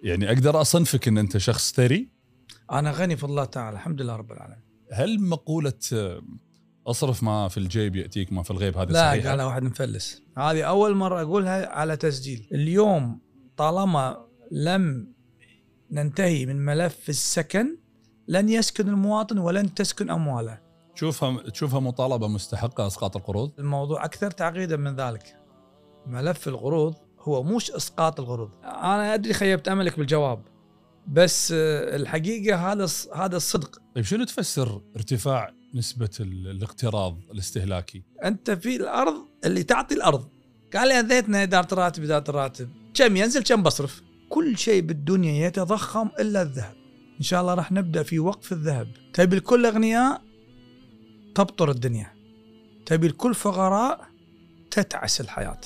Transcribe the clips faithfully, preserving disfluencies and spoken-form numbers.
يعني أقدر أصنفك أن أنت شخص ثري؟ أنا غني فضل الله تعالى الحمد لله رب العالمين. هل مقولة أصرف ما في الجيب يأتيك ما في الغيب هذا لا صحيحة؟ لا، قالها واحد مفلس. هذه أول مرة أقولها على تسجيل. اليوم طالما لم ننتهي من ملف السكن لن يسكن المواطن ولن تسكن أمواله. تشوفها تشوفها مطالبة مستحقة إسقاط القروض؟ الموضوع أكثر تعقيدا من ذلك. ملف القروض هو مش إسقاط القروض. أنا أدري خيبت أملك بالجواب، بس الحقيقة هذا هذا الصدق. طيب شنو تفسر ارتفاع نسبة الاقتراض الاستهلاكي؟ أنت في الأرض اللي تعطي الأرض قال لي أذيتنا إدارة راتب إدارة الراتب كم ينزل كم بصرف. كل شيء بالدنيا يتضخم إلا الذهب. إن شاء الله راح نبدأ في وقف الذهب. تبي الكل أغنياء تبطر الدنيا، تبي الكل فقراء تتعس الحياة.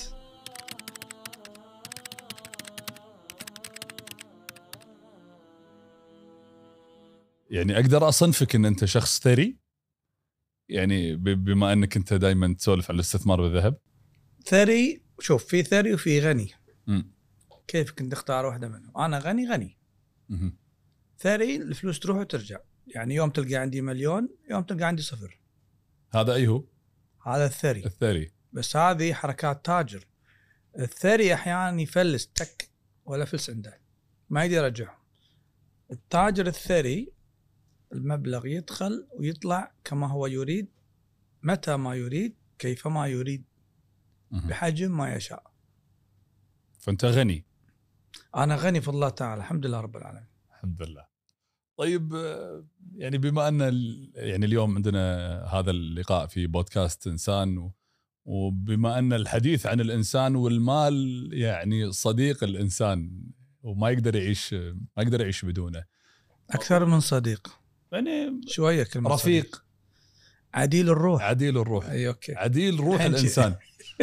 يعني أقدر أصنفك أن أنت شخص ثري؟ يعني بما أنك أنت دايما تسولف على الاستثمار بالذهب. ثري، شوف في ثري وفي غني. م. كيف كنت اختار واحدة منهم؟ أنا غني غني. م. ثري الفلوس تروح وترجع، يعني يوم تلقى عندي مليون يوم تلقى عندي صفر. هذا أي هو؟ هذا الثري. الثري. بس هذه حركات تاجر. الثري أحيانا يفلس تك ولا فلس عنده ما يقدر يرجعه. التاجر الثري المبلغ يدخل ويطلع كما هو يريد، متى ما يريد، كيفما يريد، بحجم ما يشاء. فأنت غني. أنا غني فضل الله تعالى الحمد لله رب العالمين. الحمد لله. طيب يعني بما أن يعني اليوم عندنا هذا اللقاء في بودكاست إنسان، وبما أن الحديث عن الإنسان والمال يعني صديق الإنسان وما يقدر يعيش ما يقدر يعيش بدونه. أكثر من صديق، يعني شوية كلمة رفيق صديق. عديل الروح. عديل الروح. أي أوكي. عديل روح الإنسان.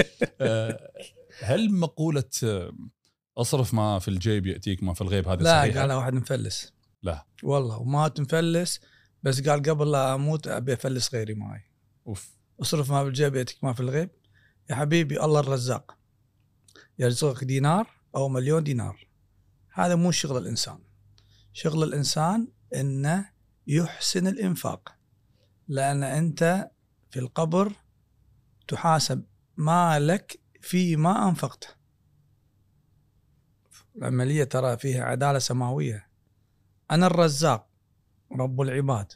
هل مقولة أصرف ما في الجيب يأتيك ما في الغيب هذا صحيحة؟ لا، قالها واحد مفلس. لا والله وما تنفلس، بس قال قبل لا أموت أبي أفلس غيري معي. أوف. أصرف ما في الجيب يأتيك ما في الغيب. يا حبيبي الله الرزاق يرزقك دينار أو مليون دينار، هذا مو شغل الإنسان. شغل الإنسان إنه يحسن الإنفاق، لأن أنت في القبر تحاسب مالك فيما أنفقته. العملية ترى فيها عدالة سماوية. أنا الرزاق رب العباد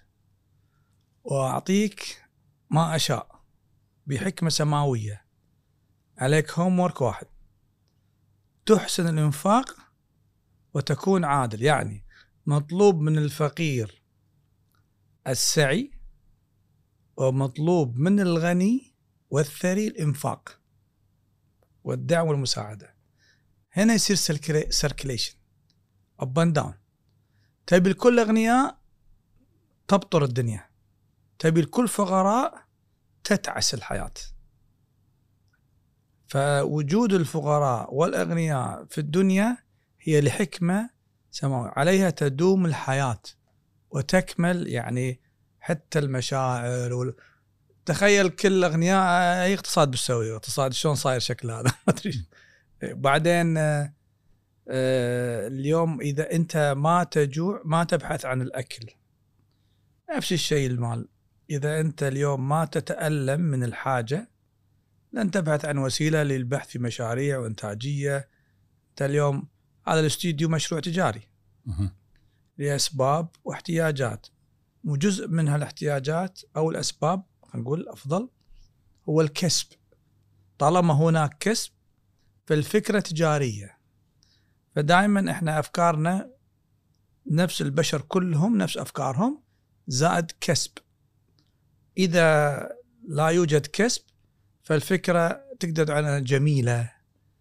وأعطيك ما أشاء بحكمة سماوية. عليك هومورك واحد، تحسن الإنفاق وتكون عادل. يعني مطلوب من الفقير السعي، ومطلوب من الغني والثري الإنفاق والدعم والمساعدة. هنا يصير سيركيليشن أب أند داون. تبي الكل أغنياء تبطر الدنيا، تبي الكل فقراء تتعس الحياة. فوجود الفقراء والأغنياء في الدنيا هي لحكمة سماوية، عليها تدوم الحياة وتكمل يعني حتى المشاعر وال... تخيل كل أغنياء أي اقتصاد بتسوي اقتصاد شلون صاير شكل هذا ما أدري. بعدين آه آه اليوم إذا أنت ما تجوع ما تبحث عن الأكل. نفس الشيء المال، إذا أنت اليوم ما تتألم من الحاجة لن تبحث عن وسيلة للبحث في مشاريع وإنتاجية. أنت اليوم هذا الاستوديو مشروع تجاري لأسباب واحتياجات، وجزء من هالاحتياجات أو الأسباب نقول أفضل هو الكسب. طالما هناك كسب فالفكرة تجارية. فدائما إحنا أفكارنا نفس البشر كلهم نفس أفكارهم زائد كسب. إذا لا يوجد كسب فالفكرة تقدر عنها جميلة،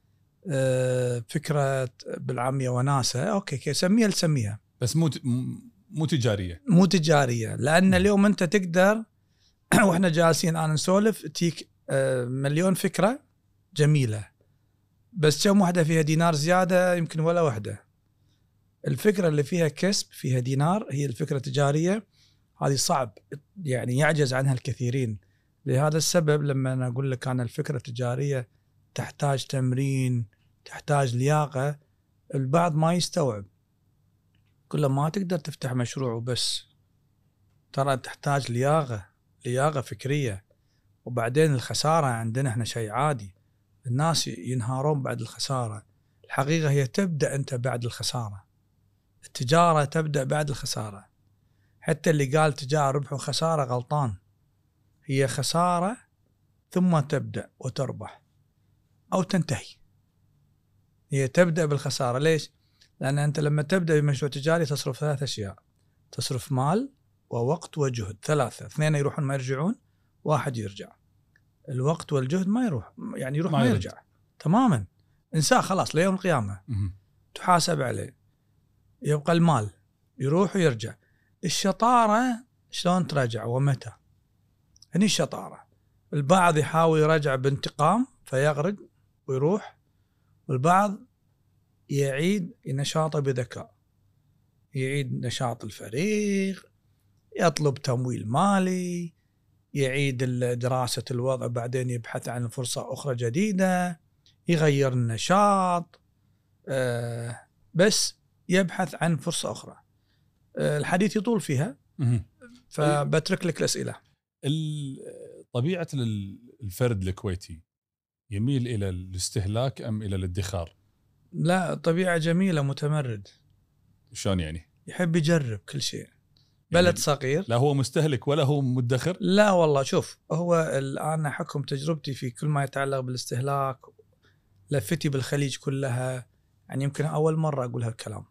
فكرة بالعامية وناسة، أوكي كي سميها لسميها، بس مو مو تجارية. مو تجارية. لأن اليوم أنت تقدر وإحنا جالسين أنا نسولف تيك مليون فكرة جميلة، بس كم واحدة فيها دينار زيادة؟ يمكن ولا واحدة. الفكرة اللي فيها كسب فيها دينار هي الفكرة التجارية. هذه صعب يعني يعجز عنها الكثيرين. لهذا السبب لما أنا أقول لك أنا الفكرة التجارية تحتاج تمرين، تحتاج لياقة، البعض ما يستوعب. كل ما تقدر تفتح مشروع وبس، ترى تحتاج لياقة لياقة فكرية. وبعدين الخسارة عندنا احنا شيء عادي، الناس ينهارون بعد الخسارة. الحقيقة هي تبدأ أنت بعد الخسارة، التجارة تبدأ بعد الخسارة. حتى اللي قال تجارة ربح وخسارة غلطان، هي خسارة ثم تبدأ وتربح أو تنتهي. هي تبدأ بالخسارة. ليش؟ لأن أنت لما تبدأ بمشروع تجاري تصرف ثلاث أشياء، تصرف مال ووقت وجهد، ثلاثة. اثنين يروحون ما يرجعون، واحد يرجع. الوقت والجهد ما يروح، يعني يروح ما, ما يرجع تماما، انساه خلاص ليوم القيامة تحاسب عليه. يبقى المال يروح ويرجع. الشطارة شلون ترجع ومتى؟ هني الشطارة. البعض يحاول يرجع بانتقام فيغرق ويروح، والبعض يعيد نشاطه بذكاء، يعيد نشاط الفريق، يطلب تمويل مالي، يعيد دراسة الوضع، بعدين يبحث عن فرصة أخرى جديدة، يغير النشاط، أه بس يبحث عن فرصة أخرى. أه الحديث يطول فيها، فبترك لك الأسئلة. طبيعة الفرد الكويتي يميل إلى الاستهلاك أم إلى الادخار؟ لا، طبيعة جميلة، متمرد. شلون يعني؟ يحب يجرب كل شيء. بلد يعني صغير، لا هو مستهلك ولا هو مدخر؟ لا والله، شوف، هو الآن حكم تجربتي في كل ما يتعلق بالاستهلاك، لفتي بالخليج كلها، يعني يمكن أول مرة أقول هالكلام.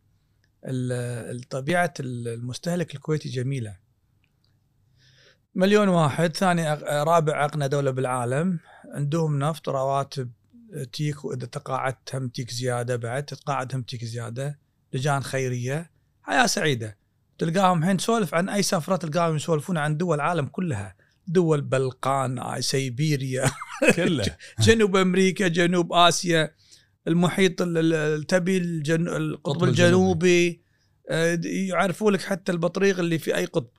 الطبيعة المستهلك الكويتي جميلة. مليون واحد، ثاني رابع أغنى دولة بالعالم، عندهم نفط، رواتب تيك، وإذا تقاعدت هم تيك زيادة، بعد تتقاعد هم تيك زيادة، لجان خيرية، حياة سعيدة. تلقاهم حين سولف عن أي سفرة تلقاهم يسولفون عن دول العالم كلها، دول بلقان، سيبيريا كله جنوب أمريكا، جنوب آسيا، المحيط التبي، القطب الجنوبي، يعرفوا لك حتى البطريق اللي في أي قطب.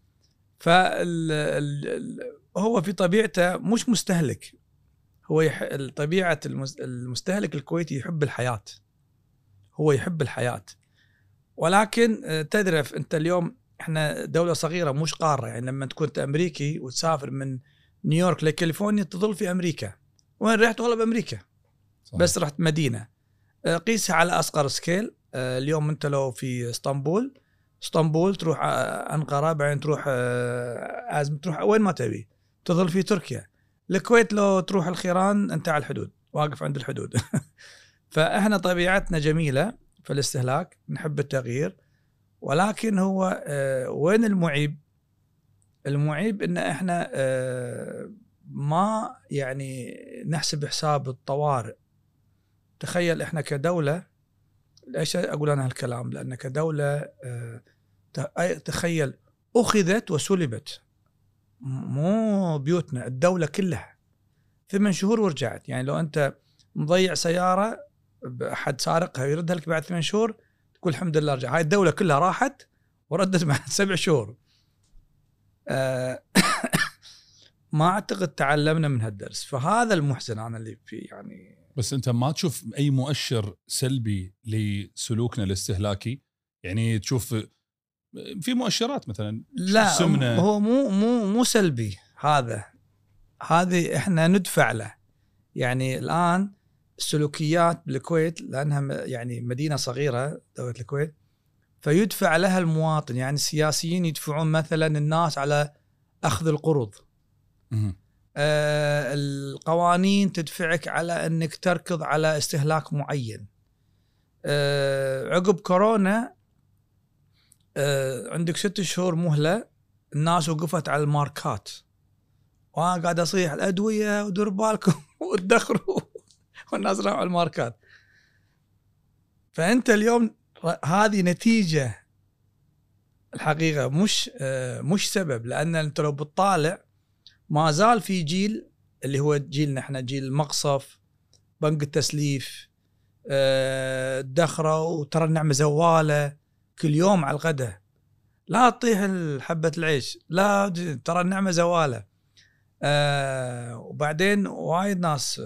فهو في طبيعته مش مستهلك، هو يح... طبيعة المستهلك الكويتي يحب الحياة، هو يحب الحياة. ولكن تدرف أنت اليوم إحنا دولة صغيرة مش قارة، يعني لما تكون أمريكي وتسافر من نيويورك لكاليفورنيا تظل في أمريكا. وين رحت؟ والله بأمريكا. صحيح. بس رحت مدينة. قيسها على أصغر سكيل. اليوم أنت لو في اسطنبول اسطنبول تروح أنقرة، بعدين تروح أزم، تروح وين ما تبي، تظل في تركيا. الكويت لو تروح الخيران أنت على الحدود، واقف عند الحدود. فإحنا طبيعتنا جميلة في الاستهلاك، نحب التغيير. ولكن هو آه وين المعيب؟ المعيب إن إحنا آه ما يعني نحسب حساب الطوارئ. تخيل إحنا كدولة، ليش أقول أنا هالكلام؟ لأن كدولة آه تخيل أخذت وسلبت، مو بيوتنا، الدولة كلها ثمان شهور ورجعت. يعني لو أنت مضيع سيارة أحد سارقها يردها لك بعد ثمان شهور، تقول الحمد لله رجع. هاي الدولة كلها راحت وردت بعد سبع شهور. أه ما أعتقد تعلمنا من هالدرس، فهذا المحزن أنا اللي فيه يعني. بس أنت ما تشوف أي مؤشر سلبي لسلوكنا الاستهلاكي؟ يعني تشوف في مؤشرات مثلا؟ لا، سمنة. هو مو مو مو سلبي، هذا هذه إحنا ندفع له. يعني الآن السلوكيات بالكويت، لأنها يعني مدينة صغيرة دولة الكويت، فيدفع لها المواطن. يعني السياسيين يدفعون مثلا الناس على أخذ القروض، آه القوانين تدفعك على أنك تركض على استهلاك معين. آه عقب كورونا آه عندك ست شهور مهلة، الناس وقفت على الماركات، وقاعد أصيح الأدوية ودور بالكم وتدخروا، والناس راحوا على الماركات. فأنت اليوم هذه نتيجة الحقيقة، مش مش سبب. لأن أنت لو بتطالع ما زال في جيل اللي هو جيلنا احنا، جيل المقصف، بنك التسليف، الدخرة، وترى النعمة زوالة كل يوم على الغداء، لا تطيح حبة العيش، لا ترى النعمة زوالة. وبعدين وايد ناس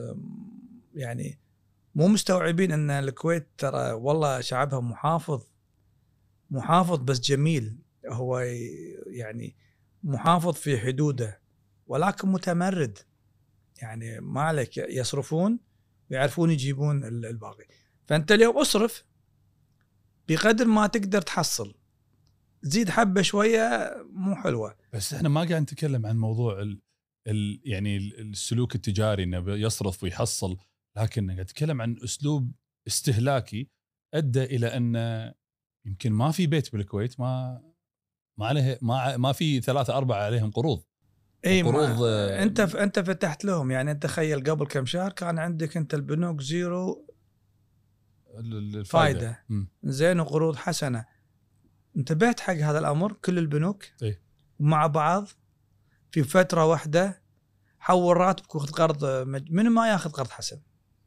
يعني مو مستوعبين ان الكويت ترى والله شعبها محافظ، محافظ بس جميل، هو يعني محافظ في حدوده ولكن متمرد، يعني ما عليك يصرفون ويعرفون يجيبون الباقي. فأنت اليوم أصرف بقدر ما تقدر تحصل، زيد حبة شوية مو حلوة. بس احنا ما قاعد نتكلم عن موضوع ال ال يعني السلوك التجاري انه يصرف ويحصل، لكن قاعد نتكلم عن اسلوب استهلاكي ادى الى ان يمكن ما في بيت بالكويت ما ما عليه ما ما في ثلاثة أربعة عليهم قروض. اي قروض آه انت ف... انت فتحت لهم، يعني انت تخيل قبل كم شهر كان عندك انت البنوك زيرو الفائدة، زين وقروض حسنة. انتبهت حق هذا الامر؟ كل البنوك ايه مع بعض في فترة واحدة حول راتبك وخذ قرض مج... من ما ياخذ قرض حسن.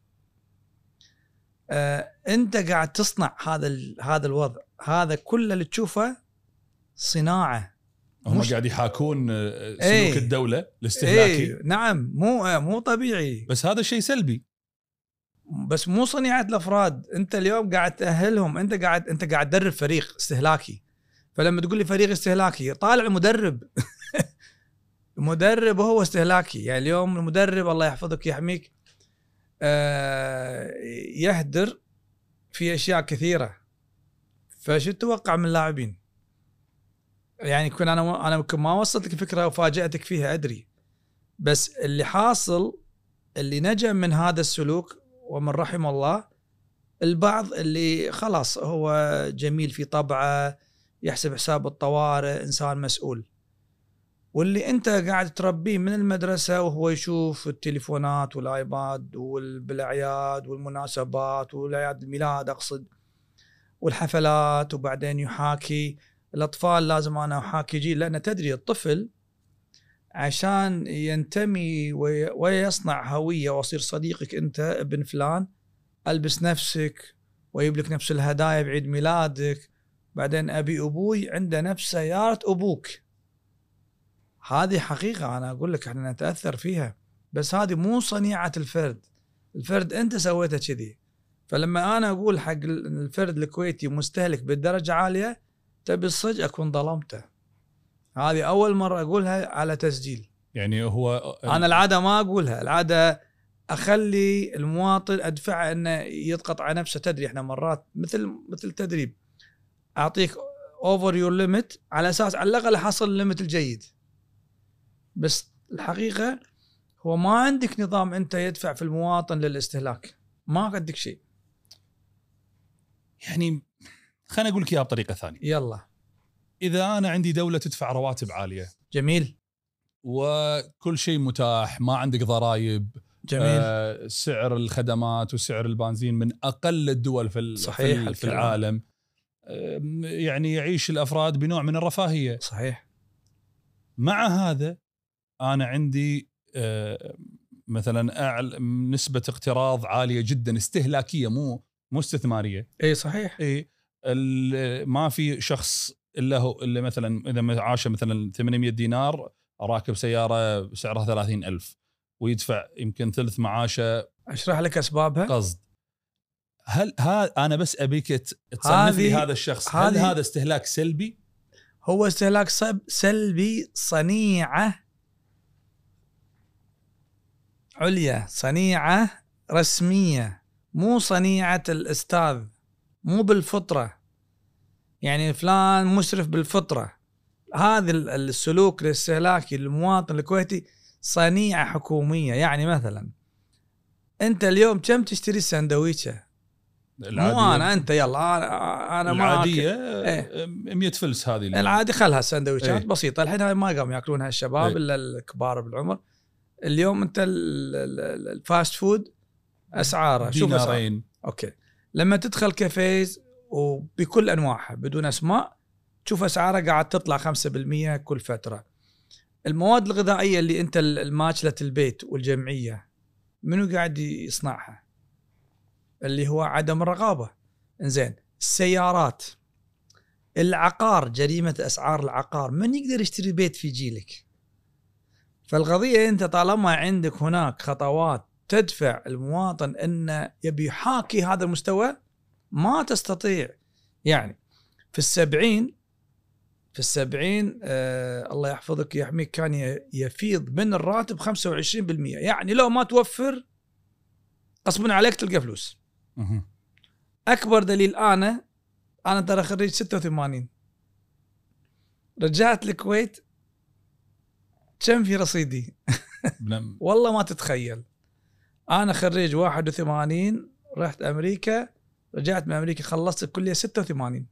آه انت قاعد تصنع هذا ال... هذا الوضع، هذا كله اللي تشوفه صناعة. هم مش... قاعد يحاكون سلوك ايه الدولة الاستهلاكي. ايه نعم، مو مو طبيعي، بس هذا شيء سلبي، بس مو صناعة الافراد. انت اليوم قاعد تأهلهم، انت قاعد انت قاعد تدرب فريق استهلاكي. فلما تقول لي فريق استهلاكي، طالع المدرب المدرب هو استهلاكي. يعني اليوم المدرب الله يحفظك يحميك آه يهدر في اشياء كثيرة. فشو تتوقع من اللاعبين؟ يعني كن انا انا ممكن ما وصلت لك الفكرة وفاجأتك فيها ادري، بس اللي حاصل اللي نجا من هذا السلوك ومن رحم الله البعض اللي خلاص هو جميل في طبعه، يحسب حساب الطوارئ، إنسان مسؤول. واللي أنت قاعد تربيه من المدرسة وهو يشوف التليفونات والآيباد والبالأعياد والمناسبات والأعياد الميلاد أقصد والحفلات، وبعدين يحاكي الأطفال. لازم أنا أحاكي جيل، لأن تدري الطفل عشان ينتمي ويصنع هوية ويصير صديقك أنت ابن فلان، ألبس نفسك ويجيب لك نفس الهدايا بعيد ميلادك، بعدين أبي أبوي عنده نفس سيارة أبوك. هذه حقيقة أنا أقول لك احنا نتأثر فيها، بس هذه مو صنيعة الفرد. الفرد أنت سويته كذي. فلما أنا أقول حق الفرد الكويتي مستهلك بالدرجة عالية، تبي الصدق أكون ظلمته. هذه أول مرة أقولها على تسجيل. يعني هو أنا العادة ما أقولها، العادة أخلي المواطن أدفعه أنه يضغط على نفسه. تدري إحنا مرات مثل مثل تدريب، أعطيك over your limit على أساس على الأقل حصل الليمت الجيد. بس الحقيقة هو ما عندك نظام أنت يدفع في المواطن للاستهلاك، ما عندك شيء. يعني خليني أقول لك إياها بطريقة ثانية. يلا، إذا أنا عندي دولة تدفع رواتب عالية، جميل، وكل شيء متاح، ما عندك ضرائب، جميل، آه سعر الخدمات وسعر البنزين من أقل الدول في, صحيح في, في العالم، آه يعني يعيش الأفراد بنوع من الرفاهية. صحيح. مع هذا أنا عندي آه مثلا أعلى نسبة اقتراض عالية جدا، استهلاكية مو مو استثمارية. اي صحيح. اي ما في شخص الا هو اللي مثلا اذا عاش مثلا ثمانمية دينار راكب سياره سعرها ثلاثين ألف ويدفع يمكن ثلث معاشه. اشرح لك اسبابها. قصد هل ها انا بس ابيك تصنف لي هذا الشخص، هل هذا استهلاك سلبي؟ هو استهلاك سلبي، صنيعه عليا، صنيعه رسميه، مو صنيعه الاستاذ، مو بالفطره. يعني فلان مسرف بالفطره. هذا السلوك الاستهلاكي للمواطن الكويتي صنيعه حكوميه. يعني مثلا انت اليوم كم تشتري السندويشه؟ مو انا انت يلا انا, أنا العاديه ايه؟ مية فلس. هذه العادي خلها السندويشات ايه؟ بسيطه. الحين هاي ما قام ياكلونها الشباب ايه؟ الا الكبار بالعمر. اليوم انت الفاست فود اسعاره شوف اسعاره. اوكي، لما تدخل كافيز وبكل انواعها بدون اسماء تشوف اسعارها قاعد تطلع خمسة بالمية كل فتره. المواد الغذائيه اللي انت الماكله البيت والجمعيه منو قاعد يصنعها؟ اللي هو عدم الرقابه. انزين، السيارات، العقار، جريمه اسعار العقار، من يقدر يشتري بيت في جيلك؟ فالقضيه انت طالما عندك هناك خطوات تدفع المواطن انه يبي يحاكي هذا المستوى، ما تستطيع. يعني في السبعين في السبعين آه الله يحفظك يحميك كان يفيض من الراتب خمسة وعشرين بالمئة، يعني لو ما توفر غصبا عليك تلقى فلوس. أكبر دليل أنا أنا ترى خريج ستة وثمانين، رجعت الكويت كم في رصيدي؟ والله ما تتخيل. أنا خريج واحد وثمانين، رحت أمريكا، رجعت من أمريكا خلصت الكلية ستة وثمانين،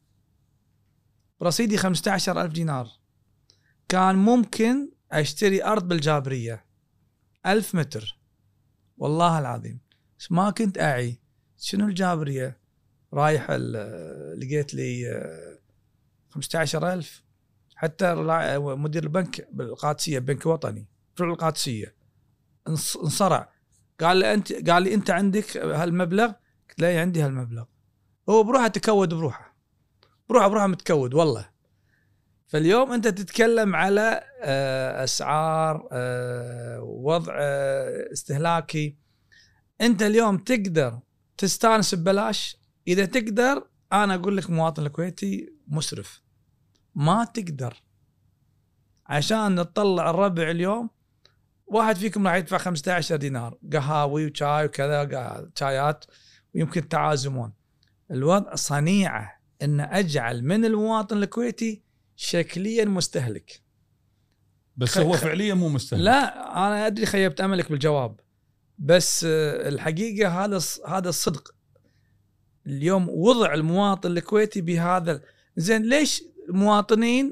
رصيدي خمسة عشر ألف دينار. كان ممكن أشتري أرض بالجابرية ألف متر والله العظيم، بس ما كنت أعي شنو الجابرية. رايح لقيت لي خمسة عشر ألف. حتى مدير البنك بالقادسية، بنك وطني فرع القادسية، انصرع، قال لي أنت قال لي أنت عندك هالمبلغ؟ قلت له عندي هالمبلغ. هو بروحه تكود بروحه بروحه بروحه متكود والله. فاليوم أنت تتكلم على أسعار، وضع استهلاكي. أنت اليوم تقدر تستانس ببلاش إذا تقدر. أنا أقول لك مواطن الكويتي مسرف، ما تقدر. عشان نطلع الربع اليوم واحد فيكم راح يدفع خمسة عشر دينار قهاوي وشاي وكذا شايات، ويمكن تعازمون. الوضع صنيعة أن أجعل من المواطن الكويتي شكليا مستهلك، بس هو فعليا مو مستهلك. لا أنا أدري خيبت أملك بالجواب، بس الحقيقة هذا هذا الصدق. اليوم وضع المواطن الكويتي بهذا زين. ليش المواطنين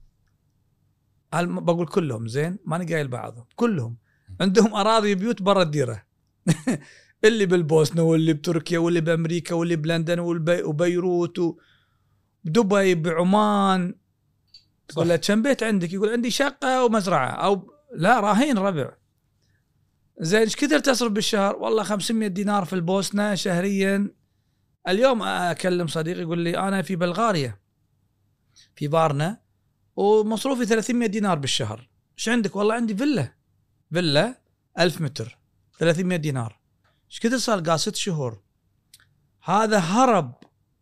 بقول كلهم زين، ماني قايل بعضهم، كلهم عندهم أراضي بيوت برا الديرة اللي بالبوسنة واللي بتركيا واللي بأمريكا واللي بلندن وبيروت ودبي بعمان. تقول له كم بيت عندك؟ يقول عندي شقة ومزرعة، أو لا راهين ربع. زين ايش كثر تصرف بالشهر؟ والله خمسمية دينار في البوسنة شهريا. اليوم أكلم صديقي يقول لي أنا في بلغاريا في فارنا ومصروفي ثلاثمية دينار بالشهر. ايش عندك؟ والله عندي فيلا فيلا ألف متر ثلاثمية دينار. ايش كثر صار؟ قال ست شهور. هذا هرب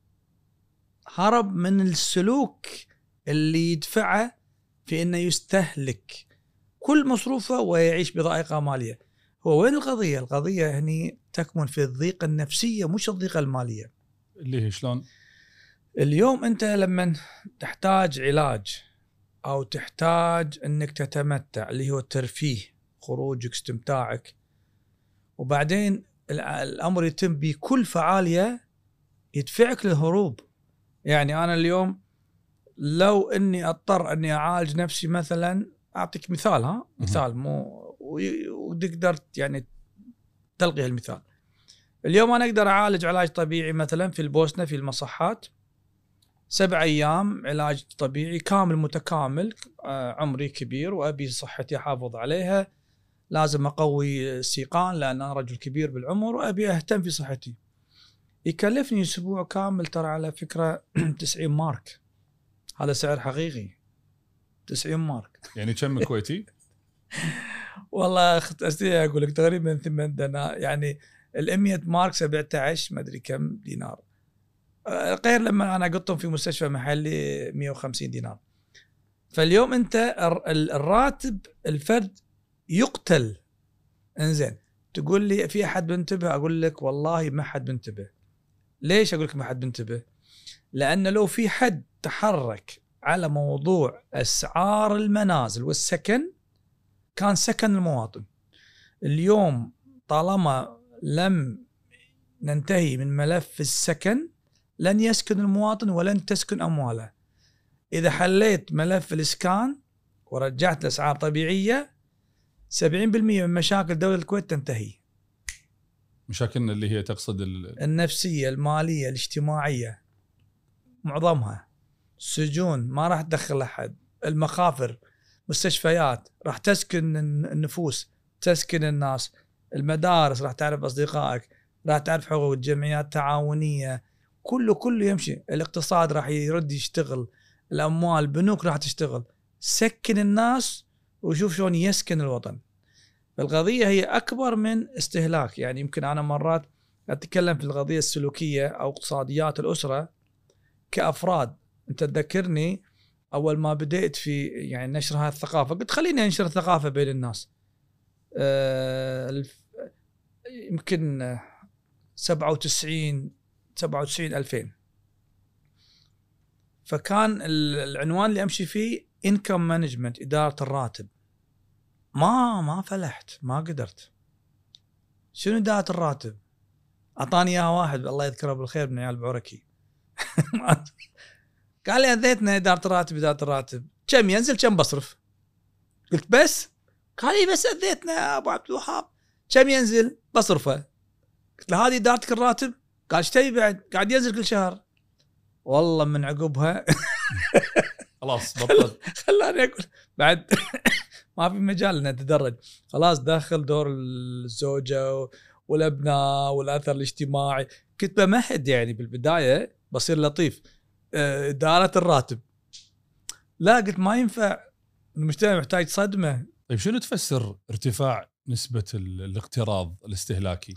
هرب من السلوك اللي يدفعه في انه يستهلك كل مصروفه ويعيش بضائقة مالية. هو وين القضية؟ القضية هني تكمن في الضيقة النفسية مش الضيقة المالية. اللي هي شلون؟ اليوم أنت لما تحتاج علاج أو تحتاج أنك تتمتع اللي هو الترفيه، خروجك، استمتاعك، وبعدين الأمر يتم بكل فعالية يدفعك للهروب. يعني أنا اليوم لو أني أضطر أني أعالج نفسي مثلا، أعطيك مثال، ها مثال مو وتقدر يعني تلقي المثال. اليوم أنا أقدر أعالج علاج طبيعي مثلا في البوسنة في المصحات سبع أيام علاج طبيعي كامل متكامل. عمري كبير وأبي صحتي أحافظ عليها، لازم أقوي السيقان لأن أنا رجل كبير بالعمر وأبي أهتم في صحتي. يكلفني أسبوع كامل ترى على فكرة تسعين مارك. هذا سعر حقيقي، تسعين مارك. يعني كم كويتي؟ والله أخت أستطيع أقول لك تقريبا ثمان دنا، يعني الأمية مارك سبعة عشر ما أدري كم دينار. غير لما أنا قطهم في مستشفى محلي مية وخمسين دينار. فاليوم أنت الراتب الفرد يقتل. إنزين تقول لي في أحد بنتبه؟ أقول لك والله ما حد بنتبه. ليش أقول لك ما حد بنتبه؟ لأن لو في حد تحرك على موضوع أسعار المنازل والسكن كان سكن المواطن. اليوم طالما لم ننتهي من ملف السكن لن يسكن المواطن ولن تسكن أمواله. إذا حليت ملف الإسكان ورجعت الأسعار طبيعية سبعين بالمئة من مشاكل دولة الكويت تنتهي. مشاكلنا اللي هي تقصد ال... النفسية، المالية، الاجتماعية، معظمها. السجون ما راح تدخل أحد، المخافر، مستشفيات راح تسكن النفوس، تسكن الناس، المدارس راح تعرف أصدقائك، راح تعرف حقوق، الجمعيات التعاونية، كله كله يمشي. الاقتصاد راح يرد يشتغل، الأموال، بنوك راح تشتغل. سكن الناس وشوف شلون يسكن الوطن. القضية هي أكبر من استهلاك. يعني يمكن أنا مرات أتكلم في القضية السلوكية أو اقتصاديات الأسرة كأفراد، انت تذكرني اول ما بديت في يعني نشر هذه الثقافه، قلت خليني انشر الثقافه بين الناس. أه يمكن سبعة وتسعين سبعة وتسعين ألفين، فكان العنوان اللي امشي فيه انكم مانجمنت، اداره الراتب. ما ما فلحت، ما قدرت. شنو اداره الراتب؟ اعطاني اياها واحد الله يذكره بالخير من عيال بعركي قال لي اذيتنا اداره الراتب اداره الراتب، كم ينزل كم بصرف؟ قلت بس؟ قال لي بس اذيتنا يا ابو عبد الوهاب، كم ينزل بصرفه؟ قلت له هذه ادارتك الراتب؟ قال ايش تبي بعد؟ قاعد ينزل كل شهر. والله من عقبها خلاص بطل خلاني اقول بعد ما في مجال ان نتدرج، خلاص داخل دور الزوجه والابناء والاثر الاجتماعي. كنت بمهد يعني بالبدايه بصير لطيف، اداره الراتب لا، قلت ما ينفع، المجتمع محتاج صدمه. طيب شنو تفسر ارتفاع نسبه الاقتراض الاستهلاكي؟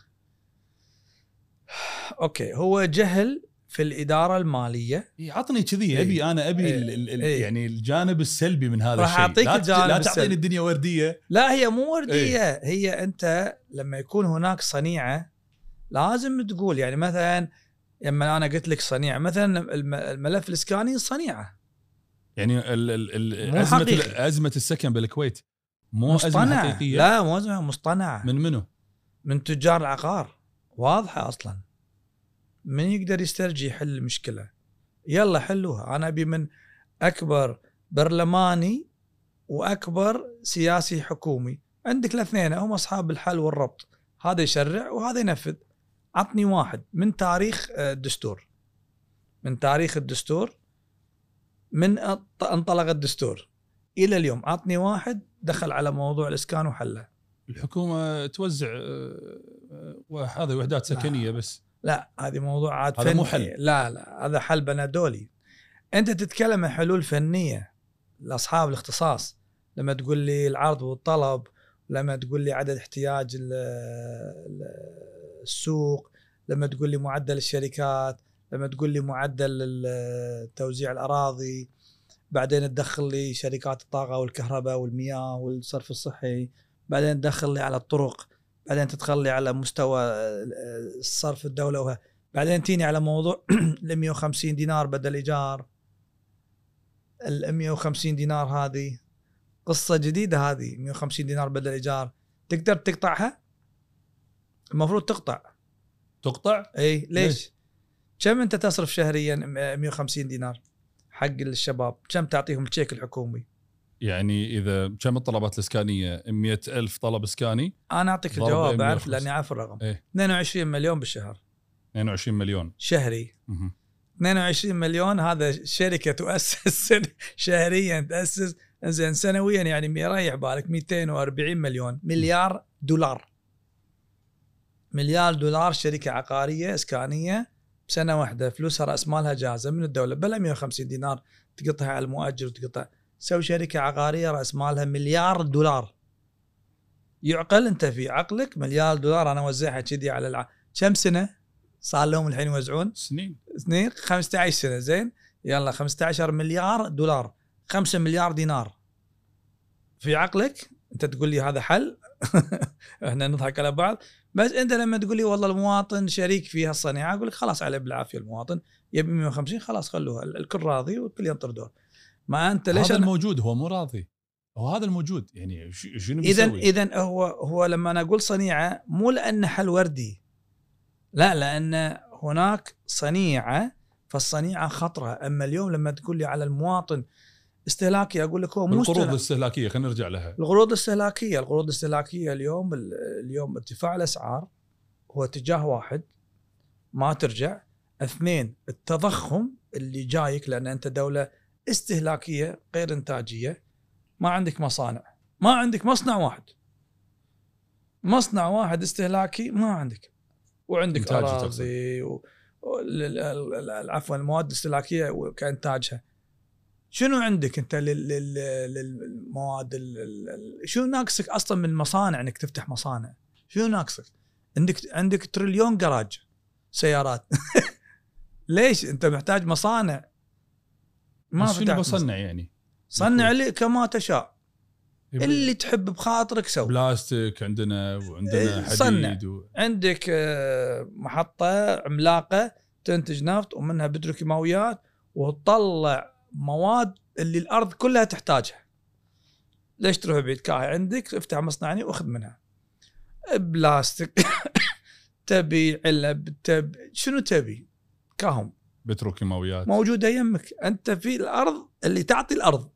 اوكي، هو جهل في الاداره الماليه. عطني كذي، ابي انا ابي ايه ال ال ايه يعني الجانب السلبي من هذا الشيء. أعطيك لا, الجانب لا تعطيني السلبي. الدنيا ورديه. لا هي مو ورديه. ايه؟ هي انت لما يكون هناك صنيعه لازم تقول، يعني مثلا لما انا قلت لك صنيعه، مثلا الملف الاسكاني صنيعه، يعني ال ال مو ازمه حقيقي. ازمه السكن بالكويت مو مصطنع. ازمه حقيقيه؟ لا مو ازمه مصطنعه. من منو؟ من تجار العقار، واضحه اصلا. من يقدر يسترجي يحل المشكله؟ يلا حلوها. انا ابي من اكبر برلماني واكبر سياسي حكومي، عندك الاثنين هم اصحاب الحل والربط، هذا يشرع وهذا ينفذ. عطني واحد من تاريخ الدستور، من تاريخ الدستور، من انطلق الدستور الى اليوم، عطني واحد دخل على موضوع الاسكان وحله. الحكومه توزع وهذه وحدات سكنيه بس. لا هذه موضوع عاد هذا فني. مو حل. لا لا هذا حل بنادولي. انت تتكلم عن حلول فنيه لاصحاب الاختصاص، لما تقول لي العرض والطلب، لما تقول لي عدد احتياج السوق، لما تقول لي معدل الشركات، لما تقول لي معدل توزيع الأراضي، بعدين تدخل لي شركات الطاقة والكهرباء والمياه والصرف الصحي، بعدين تدخل لي على الطرق، بعدين تدخل لي على مستوى الصرف الدولة، بعدين تيني على موضوع ال مئة وخمسين دينار بدل إيجار. ال مئة وخمسين دينار هذه قصة جديدة، هذه مئة وخمسين دينار بدل إيجار تقدر تقطعها؟ المفروض تقطع. تقطع؟ اي ليش؟ ليش؟ كم انت تصرف شهريا مئة وخمسين دينار حق الشباب؟ كم تعطيهم الشيك الحكومي؟ يعني اذا كم الطلبات الاسكانيه؟ مئة ألف طلب اسكاني. انا اعطيك الجواب، اعرف لاني عارف الرقم. ايه؟ اثنين وعشرين مليون بالشهر. اثنين وعشرين مليون شهري. مه. اثنين وعشرين مليون هذا شركه تؤسس شهريا، تاسس زين سنويا يعني يريح بالك مئتين وأربعين مليون. مليار دولار. مليار دولار شركه عقاريه اسكانيه بسنه واحده، فلوسها راس مالها جاهزه من الدوله، بلا مئة وخمسين دينار تقطعها على المؤجر وتقطع. سوي شركه عقاريه راس مالها مليار دولار. يعقل انت في عقلك مليار دولار انا اوزعها كذي على الع... كم سنه صار لهم الحين يوزعون؟ سنين سنين خمسة عشر سنه. زين يلا خمسة عشر مليار دولار، خمسة مليار دينار. في عقلك انت تقول لي هذا حل؟ احنا نضحك على بعض. بس انت لما تقول لي والله المواطن شريك في هالصناعه، اقول لك خلاص عليه بالعافيه، المواطن يبي مئة وخمسين خلاص خلوها، الكل راضي والكل ينطر دور. ما انت ليش هذا الموجود هو مو راضي؟ هو هذا الموجود يعني شنو بيسوي؟ اذا اذا هو هو لما انا اقول صنيعه مو لان حل وردي، لا، لان هناك صنيعه، فالصنيعه خطره. اما اليوم لما تقول لي على المواطن استهلاكي، اقول لك هو مو القروض الاستهلاكيه. خلينا نرجع لها. القروض الاستهلاكيه القروض الاستهلاكيه اليوم اليوم ارتفاع الاسعار هو اتجاه واحد ما ترجع. اثنين التضخم اللي جايك، لان انت دوله استهلاكيه غير انتاجيه، ما عندك مصانع، ما عندك مصنع واحد، مصنع واحد استهلاكي ما عندك، وعندك اراضي و... عفوا المواد الاستهلاكيه كانتاجها. شنو عندك انت للمواد؟ شنو ناقصك اصلا من مصانع انك تفتح مصانع؟ شنو ناقصك؟ عندك عندك تريليون جراج سيارات ليش انت محتاج مصانع؟ ما شنو فتحت بصنع مصنع. يعني صنع لي كما تشاء يبقى اللي تحب بخاطرك سوي. بلاستيك عندنا وعندنا حديد صنع. و... عندك محطة عملاقة تنتج نفط ومنها بتروكيماويات وتطلع مواد اللي الأرض كلها تحتاجها. ليش تروح بعيد؟ كاهي عندك افتح مصنعني واخذ منها بلاستيك تبي علب تبي شنو تبي كاهم بتروكيماويات موجودة يمك. أنت في الأرض اللي تعطي الأرض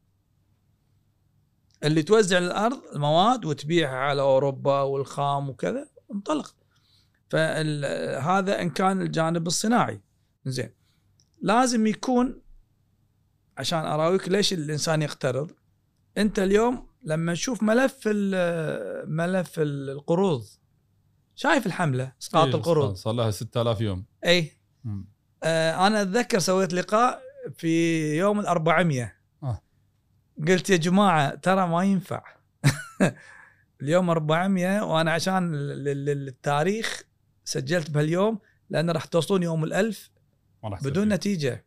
اللي توزع الأرض المواد وتبيعها على أوروبا والخام وكذا انطلق. فهذا إن كان الجانب الصناعي. زين لازم يكون عشان أراويك ليش الإنسان يقترض. أنت اليوم لما نشوف ملف ملف القروض شايف الحملة اسقاط إيه القروض صار لها ستة آلاف يوم. أي آه أنا أتذكر سويت لقاء في يوم الأربعمية آه. قلت يا جماعة ترى ما ينفع اليوم أربعمية وأنا عشان التاريخ سجلت بهاليوم لأن راح توصلون يوم الألف بدون نتيجة.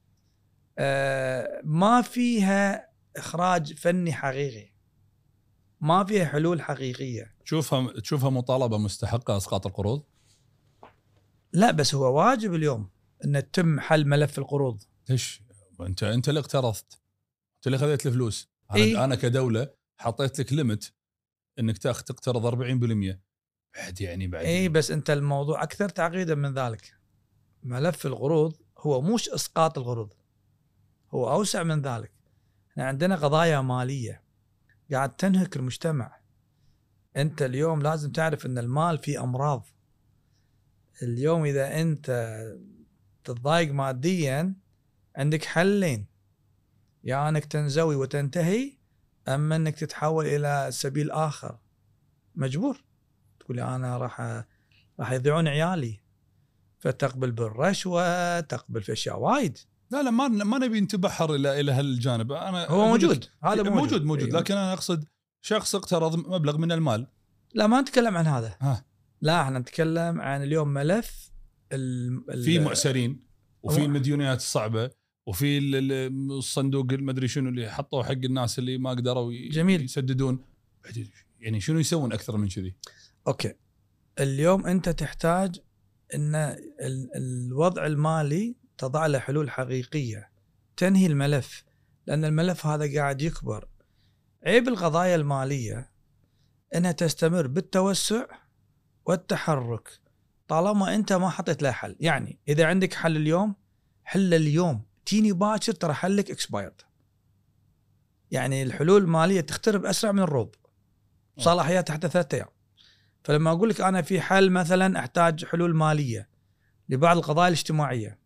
آه ما فيها إخراج فني حقيقي ما فيها حلول حقيقية. تشوفها تشوفها مطالبة مستحقة إسقاط القروض؟ لا بس هو واجب اليوم أن تتم حل ملف القروض. ليش أنت أنت اللي اقترضت أنت اللي خذيت الفلوس. أنا, إيه؟ أنا كدولة حطيت لك ليمت إنك تاخذ تقترض أربعين بالمئة بعد يعني بعد. إيه بس أنت الموضوع أكثر تعقيدا من ذلك. ملف القروض هو مش إسقاط القروض هو أوسع من ذلك. احنا عندنا قضايا مالية قاعد تنهك المجتمع. أنت اليوم لازم تعرف أن المال فيه أمراض. اليوم إذا أنت تتضايق ماديا عندك حلين يا يعني أنك تنزوي وتنتهي أما أنك تتحول إلى سبيل آخر. مجبور تقول أنا راح راح يضيعون عيالي فتقبل بالرشوة تقبل في أشياء وايد. لا لا ما ما نبي نتبحر إلى إلى هالجانب. أنا هو موجود هذا موجود موجود, موجود أيوه. لكن أنا أقصد شخص اقترض مبلغ من المال. لا ما نتكلم عن هذا. ها. لا احنا نتكلم عن اليوم ملف ال في معسرين وفي هو... المديونيات الصعبة وفي الصندوق المدري شنو اللي حطوه حق الناس اللي ما قدروا جميل. يسددون. يعني شنو يسوون أكثر من كذي؟ أوكي اليوم أنت تحتاج أن الوضع المالي تضع له حلول حقيقية تنهي الملف لأن الملف هذا قاعد يكبر. عيب القضايا المالية أنها تستمر بالتوسع والتحرك طالما أنت ما حطيت له حل. يعني إذا عندك حل اليوم حل اليوم تيني باكر ترى حلك اكسبايرد. يعني الحلول المالية تخترب أسرع من الروب صلاحيات تحت ثلاثة أيام. فلما أقول لك أنا في حل مثلا أحتاج حلول مالية لبعض القضايا الاجتماعية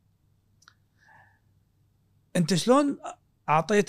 أنت شلون أعطيت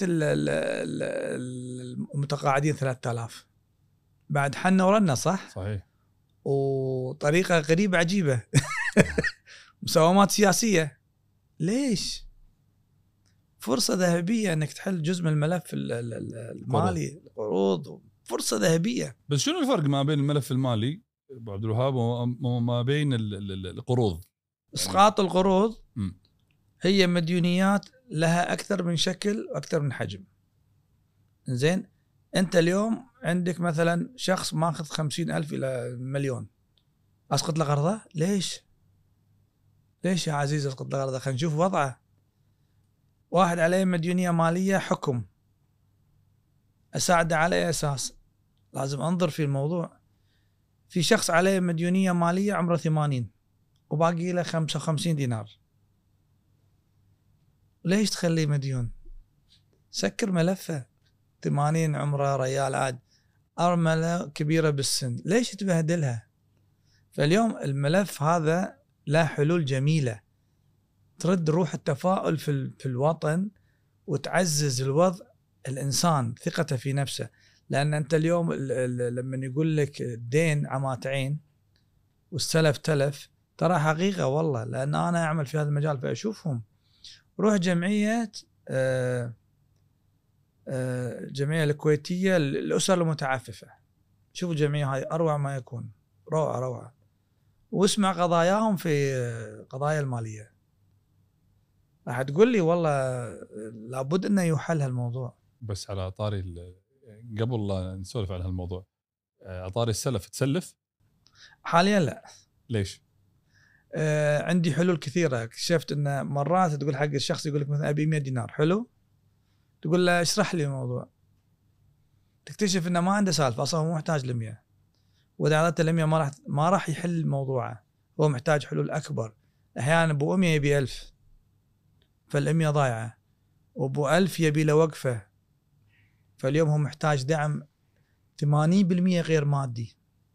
المتقاعدين ثلاثة آلاف بعد حنا ورنا صح؟ صحيح. وطريقة غريبة عجيبة مساومات سياسية. ليش؟ فرصة ذهبية أنك تحل جزء من الملف المالي القروض فرصة ذهبية. بس شنو الفرق ما بين الملف المالي أبو عبد الوهاب وما بين القروض؟ إسقاط القروض م. هي مديونيات لها أكثر من شكل وأكثر من حجم. زين أنت اليوم عندك مثلا شخص ماخذ خمسين ألف إلى مليون أسقط له قرضه. ليش؟ ليش يا عزيز أسقط له قرضه؟ خلينا نشوف وضعه. واحد عليه مديونية مالية حكم أساعده على أي أساس؟ لازم أنظر في الموضوع. في شخص عليه مديونية مالية عمره ثمانين وباقي له خمسة وخمسين دينار. ليش تخليه مديون؟ سكر ملفه. ثمانين عمره ريال عاد أرملة كبيرة بالسن ليش تبهدلها؟ فاليوم الملف هذا له حلول جميلة ترد روح التفاؤل في, في الوطن وتعزز الوضع الإنسان ثقته في نفسه. لأن أنت اليوم لما يقول لك الدين عمات عين والسلف تلف ترى حقيقة والله. لأن أنا أعمل في هذا المجال فأشوفهم. روح جمعية آه الجمعية الكويتية الأسر المتعففة شوفوا الجمعية هاي أروع ما يكون روعة روعة واسمع قضاياهم في قضايا المالية راح تقول لي والله لابد انه يحل هالموضوع. بس على طاري قبل لا نسولف على هالموضوع، على طاري السلف تسلف حاليا لا. ليش؟ آه عندي حلول كثيره. اكتشفت ان مرات تقول حق الشخص يقول لك مثلا ابي مئة دينار، حلو، تقول له اشرح لي الموضوع، تكتشف انه ما عنده سالفه اصلا، مو محتاج ل مئة، واذا اعطيته ل مئة ما راح ما راح يحل موضوعه، هو محتاج حلول اكبر. احيانا ابو مئة يبي ألف، فالمئة ضايعه، وابو ألف يبي له وقفه، فاليوم هو محتاج دعم ثمانين بالمئة غير مادي.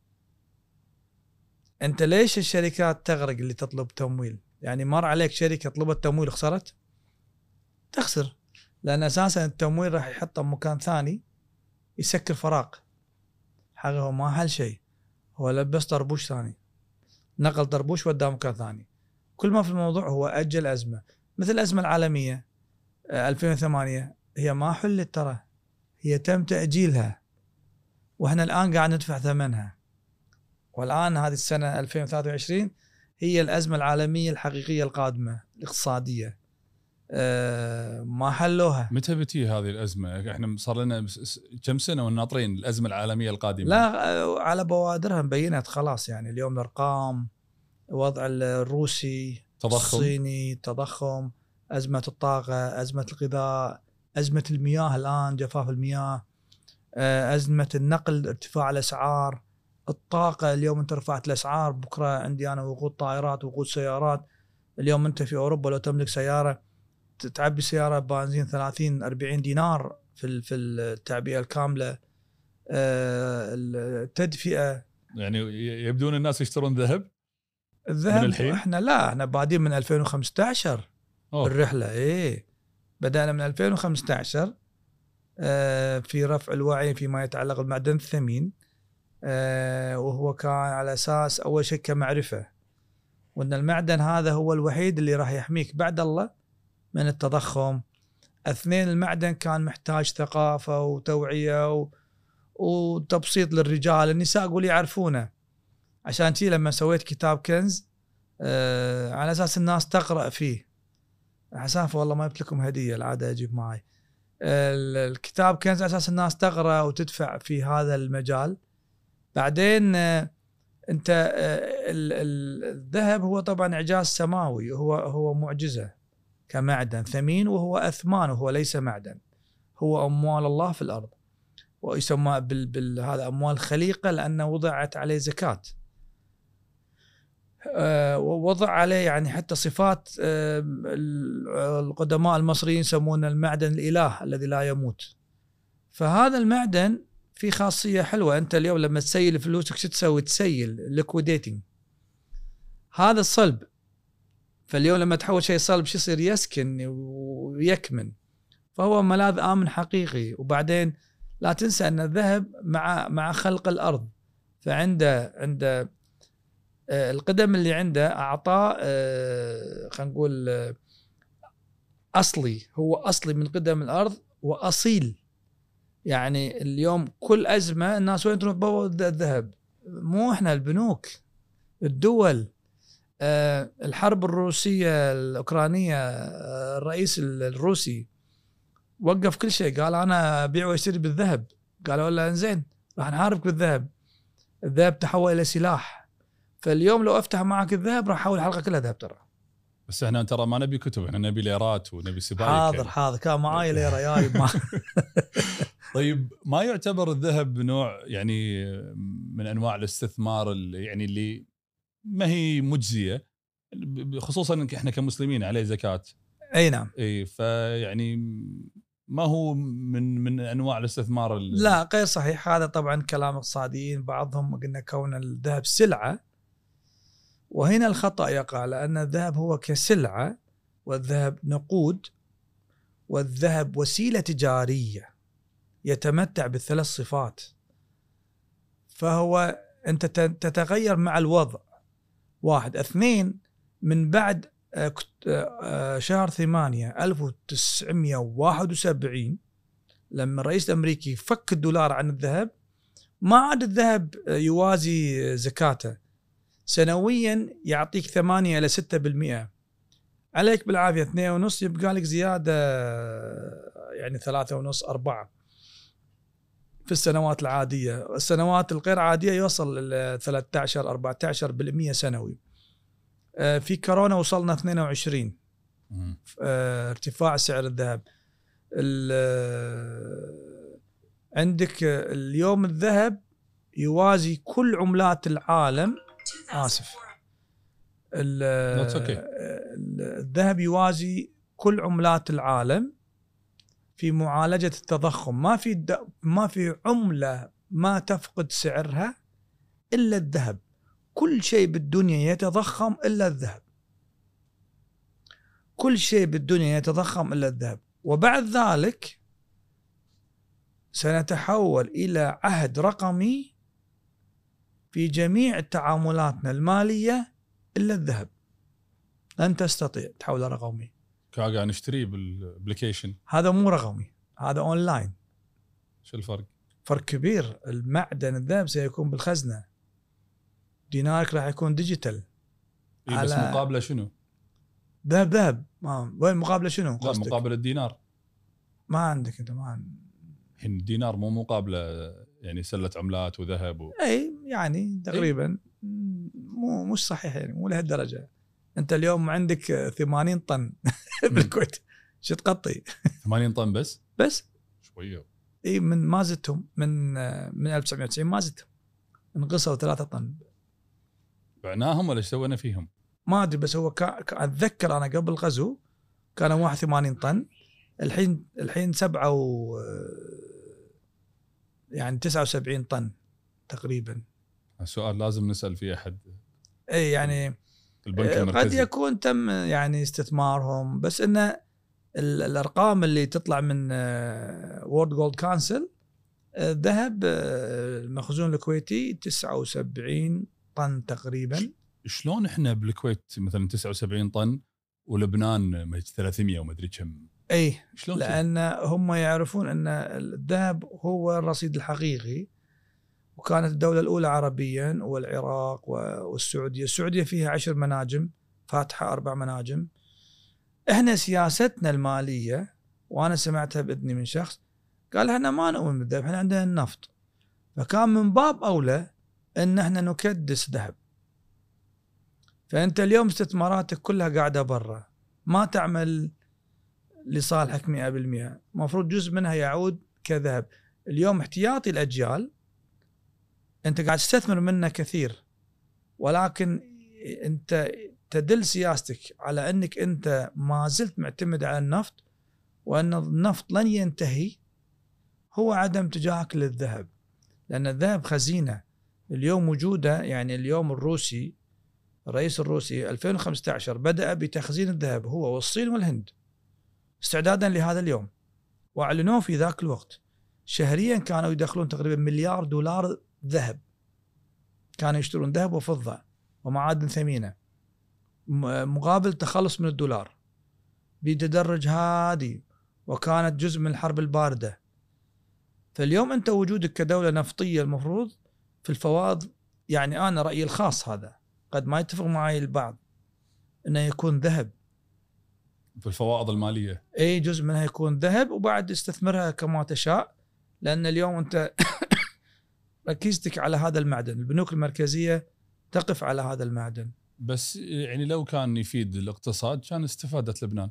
انت ليش الشركات تغرق اللي تطلب تمويل؟ يعني مر عليك شركه طلبت تمويل خسرت؟ تخسر، لان اساسا التمويل راح يحطه بمكان ثاني يسكر فراغ، حاجه هو ما حل شيء، هو لبس طربوش ثاني، نقل طربوش وداه مكان ثاني. كل ما في الموضوع هو اجل ازمه، مثل الازمه العالميه ألفين وثمانية، هي ما حلت ترى، هي تم تاجيلها، واحنا الان قاعد ندفع ثمنها. والآن هذه السنة ألفين وثلاثة وعشرين هي الأزمة العالمية الحقيقية القادمة الاقتصادية، أه ما حلوها. متى بتي هذه الأزمة؟ احنا صار لنا كم سنة وناطرين الأزمة العالمية القادمة. لا على بوادرها مبينت خلاص، يعني اليوم الأرقام، وضع الروسي، تضخم. الصيني، تضخم، أزمة الطاقة، أزمة الغذاء، أزمة المياه الآن، جفاف المياه، أزمة النقل، ارتفاع الأسعار، الطاقة. اليوم انت رفعت الأسعار، بكرة عندي أنا وقود طائرات وقود سيارات. اليوم انت في أوروبا لو تملك سيارة تعبي سيارة بنزين ثلاثين أربعين دينار في في التعبئة الكاملة. التدفئة، يعني يبدون الناس يشترون ذهب. الذهب من الحين؟ احنا لا، احنا بادين من ألفين وخمسة عشر أوه. الرحلة ايه بدأنا من ألفين وخمسة عشر اه في رفع الوعي فيما يتعلق بالمعدن الثمين، اه وهو كان على أساس أول شيء كمعرفة، وأن المعدن هذا هو الوحيد اللي راح يحميك بعد الله من التضخم. اثنين، المعدن كان محتاج ثقافة وتوعية و... وتبسيط للرجال، النساء قولي يعرفونه، عشان تي لما سويت كتاب كنز آه على أساس الناس تقرأ فيه. حسافة والله ما جبت لكم هدية، العادة أجيب معي آه الكتاب كنز على أساس الناس تقرأ وتدفع في هذا المجال. بعدين آه أنت آه الذهب هو طبعا إعجاز سماوي، هو هو معجزة كمعدن ثمين، وهو أثمان، وهو ليس معدن، هو أموال الله في الأرض، ويسمى بال بال هذا أموال خليقة لأنه وضعت عليه زكاة، أه ووضع عليه يعني حتى صفات أه القدماء المصريين يسمونه المعدن الإله الذي لا يموت. فهذا المعدن في خاصية حلوة، أنت اليوم لما تسيل فلوسك شو تسوي؟ تسيل liquidating هذا الصلب، فاليوم لما تحول شيء صلب شو يصير؟ يسكن ويكمن، فهو ملاذ آمن حقيقي. وبعدين لا تنسى أن الذهب مع مع خلق الأرض، فعنده عنده القدم اللي عنده أعطاه خلينا نقول أصلي، هو أصلي من قدم الأرض وأصيل. يعني اليوم كل أزمة الناس وين تروح بوض الذهب؟ مو إحنا، البنوك، الدول. الحرب الروسية الأوكرانية، الرئيس الروسي وقف كل شيء، قال أنا أبيع وأشتري بالذهب. قالوا له إنزين راح نحاربك بالذهب. الذهب تحول إلى سلاح، فاليوم لو أفتح معك الذهب راح أحول الحلقة كلها ذهب ترى. بس احنا ترى ما نبي كتب، احنا نبي ليرات ونبي سبايك. حاضر يعني. حاضر كان معاي ليرة يا ما. طيب ما يعتبر الذهب نوع يعني من أنواع الاستثمار اللي يعني اللي ما هي مجزية، خصوصا إن احنا كمسلمين عليه زكاة؟ أي نعم. اي فيعني ما هو من من انواع الاستثمار؟ لا غير صحيح، هذا طبعا كلام اقتصاديين بعضهم قلنا كون الذهب سلعة، وهنا الخطأ يقع، لأن الذهب هو كسلعة، والذهب نقود، والذهب وسيلة تجارية يتمتع بالثلاث صفات، فهو أنت تتغير مع الوضع. واحد. اثنين، من بعد شهر ثمانية ألف وتسعمائة وواحد وسبعين لما الرئيس الأمريكي فك الدولار عن الذهب، ما عاد الذهب يوازي زكاته، سنويا يعطيك ثمانية إلى ستة بالمئة. عليك بالعافيه اثنين ونص، يبقى لك زياده يعني ثلاثة ونص أربعة في السنوات العاديه. السنوات الغير عاديه يوصل ل ثلاثة عشر أربعة عشر بالمئة سنوي. في كورونا وصلنا اثنين وعشرين ارتفاع سعر الذهب. عندك اليوم الذهب يوازي كل عملات العالم. آسف الذهب يوازي كل عملات العالم في معالجة التضخم. ما في ما في عملة ما تفقد سعرها إلا الذهب. كل شيء بالدنيا يتضخم إلا الذهب. كل شيء بالدنيا يتضخم إلا الذهب. وبعد ذلك سنتحول إلى عهد رقمي في جميع تعاملاتنا المالية إلا الذهب. لن تستطيع تحول رقمي. قاعد نشتريه بالابليكيشن. هذا مو رقمي، هذا أونلاين. شو الفرق؟ فرق كبير. المعدن الذهب سيكون بالخزنة، دينارك راح يكون ديجيتال. إيه بس مقابله شنو؟ ذهب ذهب. ما وين مقابله شنو؟ لا مقابل الدينار ما عندك انت. ما عندك. الدينار مو مقابله يعني سله عملات وذهب و... اي يعني تقريبا أي؟ مو مش صحيح يعني، مو لهالدرجه. انت اليوم عندك ثمانين طن بالكويت، شو تقطي؟ ثمانين طن بس بس شويه. اي من ما زدتهم من من ألف وتسعمئة وتسعين ما زدتهم، انقصوا ثلاثة طن. بعناهم ولا ايش سوينا فيهم؟ ما ادري، بس هو كا... اتذكر انا قبل الغزو كانوا واحد وثمانين طن، الحين الحين سبعة و يعني تسعة وسبعين طن تقريبا. السؤال لازم نسأل فيه أحد. اي يعني البنك المركزي. قد يكون تم يعني استثمارهم، بس إن الأرقام اللي تطلع من وورد جولد كانسل، الذهب المخزون الكويتي تسعة وسبعين طن تقريبا. شلون احنا بالكويت مثلا تسعة وسبعين طن ولبنان ثلاثمئة وما ادري كم؟ اي لان هم يعرفون ان الذهب هو الرصيد الحقيقي، وكانت الدولة الأولى عربيا والعراق والسعودية. السعودية فيها عشر مناجم فاتحة، أربع مناجم. احنا سياستنا المالية، وانا سمعتها بإذني من شخص قال احنا ما نؤمن بالذهب، احنا عندنا النفط، فكان من باب أولى ان احنا نكدس ذهب. فأنت اليوم استثماراتك كلها قاعدة برا، ما تعمل لصالحك مئة بالمئة، مفروض جزء منها يعود كذهب. اليوم احتياطي الأجيال أنت قاعد تستثمر منه كثير، ولكن أنت تدل سياستك على أنك أنت ما زلت معتمد على النفط، وأن النفط لن ينتهي، هو عدم تجاهك للذهب. لأن الذهب خزينة اليوم موجودة. يعني اليوم الروسي، الرئيس الروسي ألفين وخمسة عشر بدأ بتخزين الذهب هو والصين والهند استعدادا لهذا اليوم، واعلنوه في ذاك الوقت. شهريا كانوا يدخلون تقريبا مليار دولار ذهب، كانوا يشترون ذهب وفضة ومعادن ثمينة مقابل تخلص من الدولار بتدرج هادي، وكانت جزء من الحرب الباردة. فاليوم أنت وجودك كدولة نفطية المفروض في الفوائض، يعني أنا رأيي الخاص هذا قد ما يتفق معي البعض، انه يكون ذهب في الفوائض الماليه، اي جزء منها يكون ذهب، وبعد استثمرها كما تشاء. لان اليوم انت ركيزتك على هذا المعدن، البنوك المركزيه تقف على هذا المعدن. بس يعني لو كان يفيد الاقتصاد كان استفادت لبنان.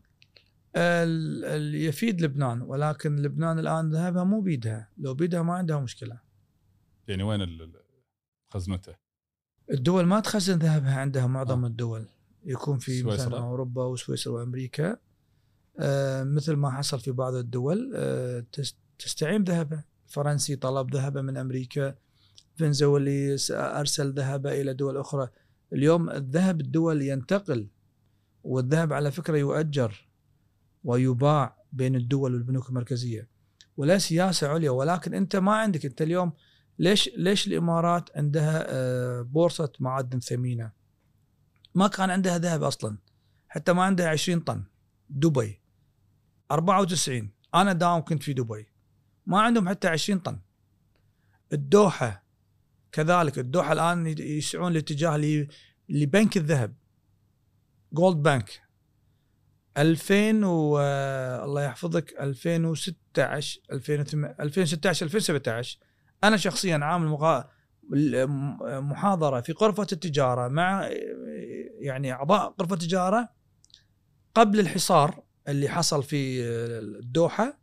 اللي يفيد لبنان، ولكن لبنان الان ذهبها مو بيدها، لو بيدها ما عندها مشكله. يعني وين خزنته؟ الدول ما تخزن ذهبها عندها، معظم آه. الدول يكون في سويسرا. مثلا أوروبا وسويسرا وأمريكا، آه مثل ما حصل في بعض الدول آه تستعين ذهبها. فرنسي طلب ذهبه من أمريكا، فنزويلي أرسل ذهبه إلى دول أخرى. اليوم الذهب الدول ينتقل، والذهب على فكرة يؤجر ويباع بين الدول والبنوك المركزية، ولا سياسة عليا. ولكن أنت ما عندك. أنت اليوم ليش ليش الإمارات عندها بورصة معادن ثمينة؟ ما كان عندها ذهب أصلا، حتى ما عندها عشرين طن. دبي أربعة وتسعين، أنا داوم كنت في دبي، ما عندهم حتى عشرين طن. الدوحة كذلك، الدوحة الآن يسعون الاتجاه لبنك الذهب، جولد بانك. ألفين و الله يحفظك ألفين وستة عشر ألفين وثمانية ألفين وستة عشر ألفين وسبعة عشر انا شخصيا عامل مقا... محاضره في غرفه التجاره مع يعني اعضاء غرفه التجاره قبل الحصار اللي حصل في الدوحه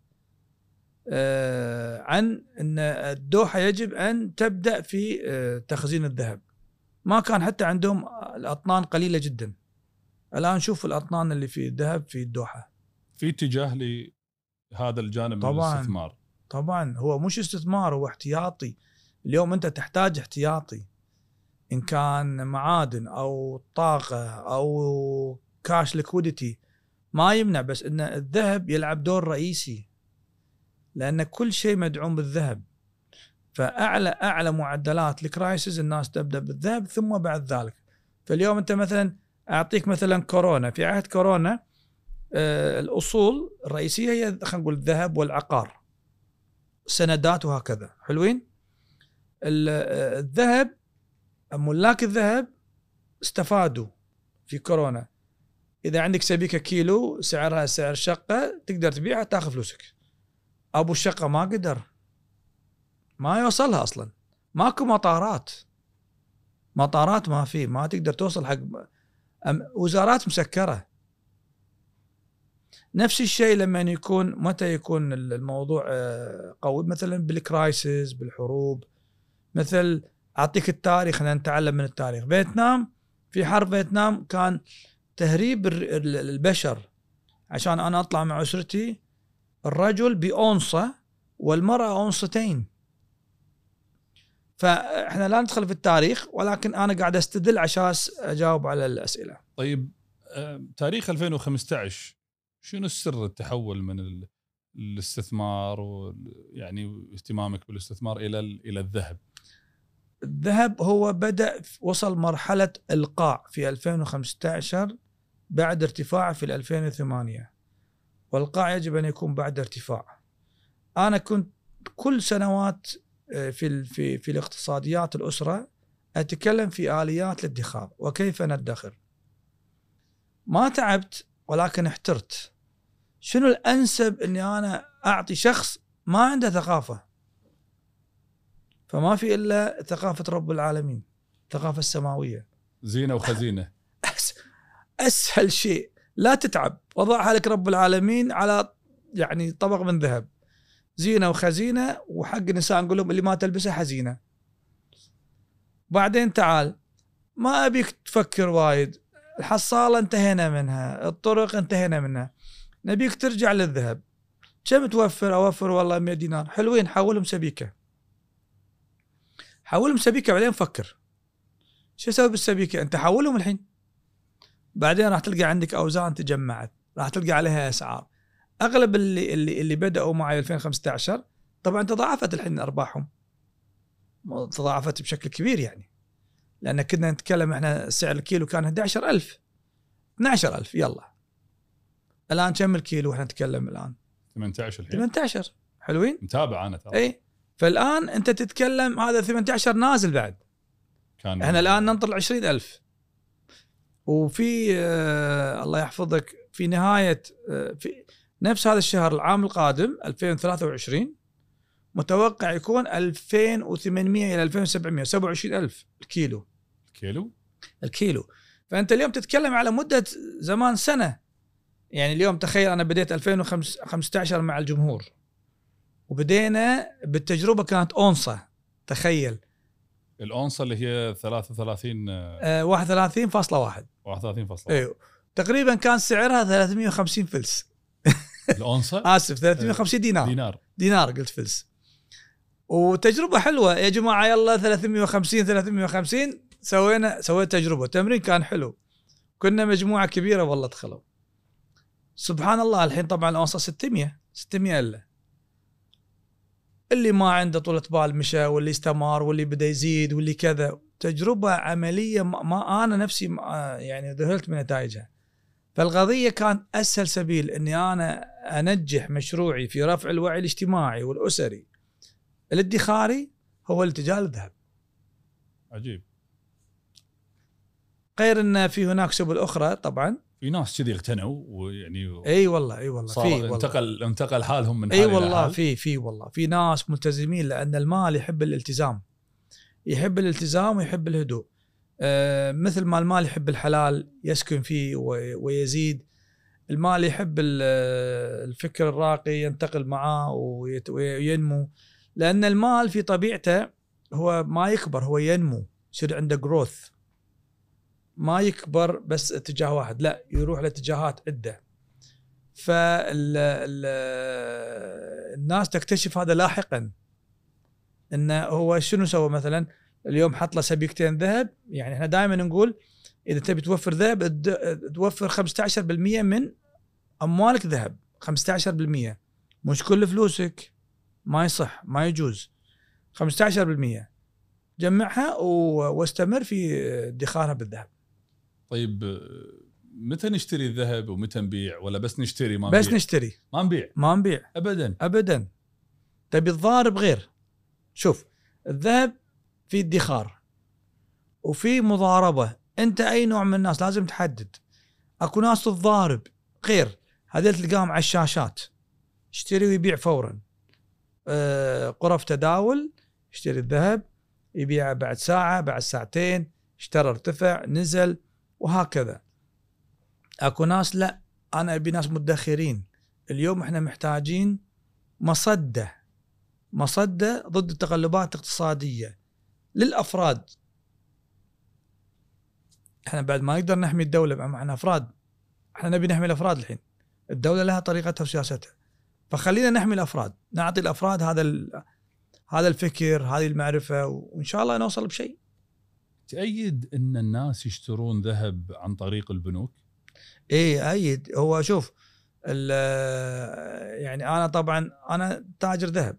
عن ان الدوحه يجب ان تبدا في تخزين الذهب. ما كان حتى عندهم الاطنان قليله جدا. الان شوف الاطنان اللي في الذهب في الدوحه. في اتجاه لهذا الجانب من طبعاً الاستثمار. طبعا هو مش استثمار، هو احتياطي. اليوم انت تحتاج احتياطي، ان كان معادن او طاقه او كاش ليكويديتي، ما يمنع، بس ان الذهب يلعب دور رئيسي لان كل شيء مدعوم بالذهب. فاعلى اعلى معدلات الكرايسيس الناس تبدا بالذهب ثم بعد ذلك. فاليوم انت مثلا اعطيك مثلا كورونا، في عهد كورونا آه الاصول الرئيسيه هي خلينا نقول الذهب والعقار، سندات وهكذا. حلوين. الذهب، ملاك الذهب استفادوا في كورونا. اذا عندك سبيكه كيلو سعرها سعر شقه تقدر تبيعها تاخذ فلوسك. ابو الشقه ما قدر، ما يوصلها اصلا، ماكو مطارات، مطارات ما في، ما تقدر توصل حق وزارات مسكره. نفس الشيء لما يكون متى يكون الموضوع قوي، مثلا بالكرايسيس بالحروب. مثل اعطيك التاريخ، خلينا نتعلم من التاريخ. فيتنام، في حرب فيتنام كان تهريب البشر عشان انا اطلع مع اسرتي، الرجل بأونصة والمرأة أونصتين. فاحنا لا ندخل في التاريخ، ولكن انا قاعد استدل عشان اجاوب على الاسئله. طيب تاريخ ألفين وخمسة عشر شنو السر التحول من الاستثمار ويعني اهتمامك بالاستثمار الى الى الذهب؟ الذهب هو بدأ وصل مرحلة القاع في ألفين وخمسة عشر بعد ارتفاع في ألفين وثمانية، والقاع يجب أن يكون بعد ارتفاع. أنا كنت كل سنوات في في في الاقتصاديات الأسرة أتكلم في آليات الادخار وكيف ندخر. ما تعبت ولكن احترت. شنو الأنسب أني أنا أعطي شخص ما عنده ثقافة؟ فما في إلا ثقافة رب العالمين، ثقافة السماوية، زينة وخزينة. أسهل شيء، لا تتعب، وضعها لك رب العالمين على يعني طبق من ذهب، زينة وخزينة. وحق النساء نقول لهم اللي ما تلبسه حزينة. بعدين تعال، ما أبيك تفكر وايد، الحصالة انتهينا منها، الطرق انتهينا منها، نبيك ترجع للذهب. كم توفر؟ أوفر والله مئة دينار. حلوين، حولهم سبيكة، حولهم سبيكة بعدين فكر شو اسوي بالسبيكة. انت حولهم الحين، بعدين راح تلقى عندك اوزان تجمعت، راح تلقى عليها اسعار. اغلب اللي اللي اللي بداوا معي ألفين وخمسة عشر طبعا تضاعفت الحين ارباحهم، تضاعفت بشكل كبير يعني، لان كنا نتكلم احنا سعر الكيلو كان أحد عشر ألف اثنا عشر ألف، يلا الان كم الكيلو احنا نتكلم الان؟ ثمانية عشر الحين. ثمانية عشر. حلوين، متابع انا ترى. اي فالآن أنت تتكلم هذا ثمانية عشر نازل بعد، كان احنا الآن ننطر عشرين ألف. وفي آه الله يحفظك في نهاية آه في نفس هذا الشهر العام القادم ألفين وثلاثة وعشرين متوقع يكون ألفين وثمانمئة إلى ألفين وسبعمئة، سبعة وعشرين ألف الكيلو. الكيلو الكيلو. فأنت اليوم تتكلم على مدة زمان سنة. يعني اليوم تخيل أنا بديت ألفين وخمسة عشر مع الجمهور، وبدينا بالتجربة كانت أونصة. تخيل الأونصة اللي هي ثلاثة وثلاثين آه واحد وثلاثين فاصلة واحد واحد وثلاثين فاصلة واحد ايوه تقريبا كان سعرها ثلاثمئة وخمسين فلس. الأونصة آسف ثلاثمئة وخمسين دينار. دينار دينار قلت فلس. وتجربة حلوة يا جماعة، يلا ثلاثمئة وخمسين ثلاثمئة وخمسين سوينا سويت تجربة، تمرين كان حلو، كنا مجموعة كبيرة والله دخلوا. سبحان الله الحين طبعا الأونصة ستمئة ستمئة إلا اللي ما عنده طولة بال مشى، واللي استمر، واللي بدأ يزيد، واللي كذا. تجربة عملية ما أنا نفسي يعني ذهلت من نتائجها. فالقضية كان أسهل سبيل أني أنا أنجح مشروعي في رفع الوعي الاجتماعي والأسري الادخاري هو الاتجاه للذهب. عجيب. غير أن في هناك سبل أخرى طبعا في ناس كذي اقتنعوا ويعني اي والله اي والله في والله انتقل انتقل حالهم من حال اي الى والله حال. في في والله في ناس ملتزمين، لان المال يحب الالتزام، يحب الالتزام ويحب الهدوء. آه مثل ما المال يحب الحلال يسكن فيه ويزيد، المال يحب الفكر الراقي ينتقل معاه وينمو، لأن المال في طبيعته هو ما يكبر، هو ينمو، يصير عنده جروث، ما يكبر بس اتجاه واحد، لا يروح لاتجاهات عدة. فالناس تكتشف هذا لاحقا، انه هو شنو سوى. مثلا اليوم حط له سبيكتين ذهب، يعني احنا دائما نقول اذا تبي توفر ذهب توفر خمسة عشر بالمئة من اموالك ذهب، خمسة عشر بالمئة، مش كل فلوسك، ما يصح ما يجوز، خمسة عشر بالمئة جمعها واستمر في ادخارها بالذهب. طيب متى نشتري الذهب ومتى نبيع، ولا بس نشتري ما بس نبيع؟ نشتري ما نبيع ما نبيع ابدا ابدا. تبي الضارب غير. شوف الذهب في ادخار وفي مضاربة، انت اي نوع من الناس لازم تحدد. اكو ناس الضارب غير، هذول تلقاهم على الشاشات اشتري ويبيع فورا، آه قرف تداول، اشتري الذهب يبيعه بعد ساعة بعد ساعتين، اشترى ارتفع نزل وهكذا. اكو ناس لا، انا ابي ناس مدخرين. اليوم احنا محتاجين مصدة مصدة ضد التقلبات الاقتصادية للأفراد. احنا بعد ما نقدر نحمي الدولة معنا أفراد، احنا نبي نحمي الأفراد. الحين الدولة لها طريقتها وسياستها، فخلينا نحمي الأفراد، نعطي الأفراد هذا هذا الفكر، هذه المعرفة، وإن شاء الله نوصل بشيء. تأيد أن الناس يشترون ذهب عن طريق البنوك؟ إيه أيد. هو شوف يعني أنا طبعا أنا تاجر ذهب،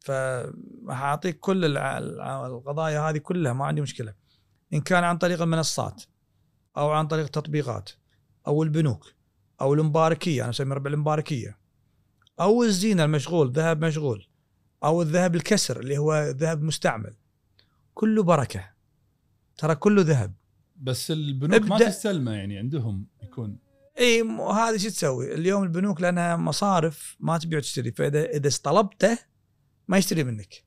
فهعطيك كل القضايا هذه كلها، ما عندي مشكلة، إن كان عن طريق المنصات أو عن طريق التطبيقات أو البنوك أو المباركية، أنا أسمي ربع المباركية، أو الزينة المشغول، ذهب مشغول، أو الذهب الكسر اللي هو ذهب مستعمل، كله بركة، ترى كله ذهب. بس البنوك ما تستلمه، يعني عندهم يكون اي هذا شو تسوي اليوم البنوك، لانها مصارف ما تبيع تشتري، فاذا اذا استلبته ما يشتري منك.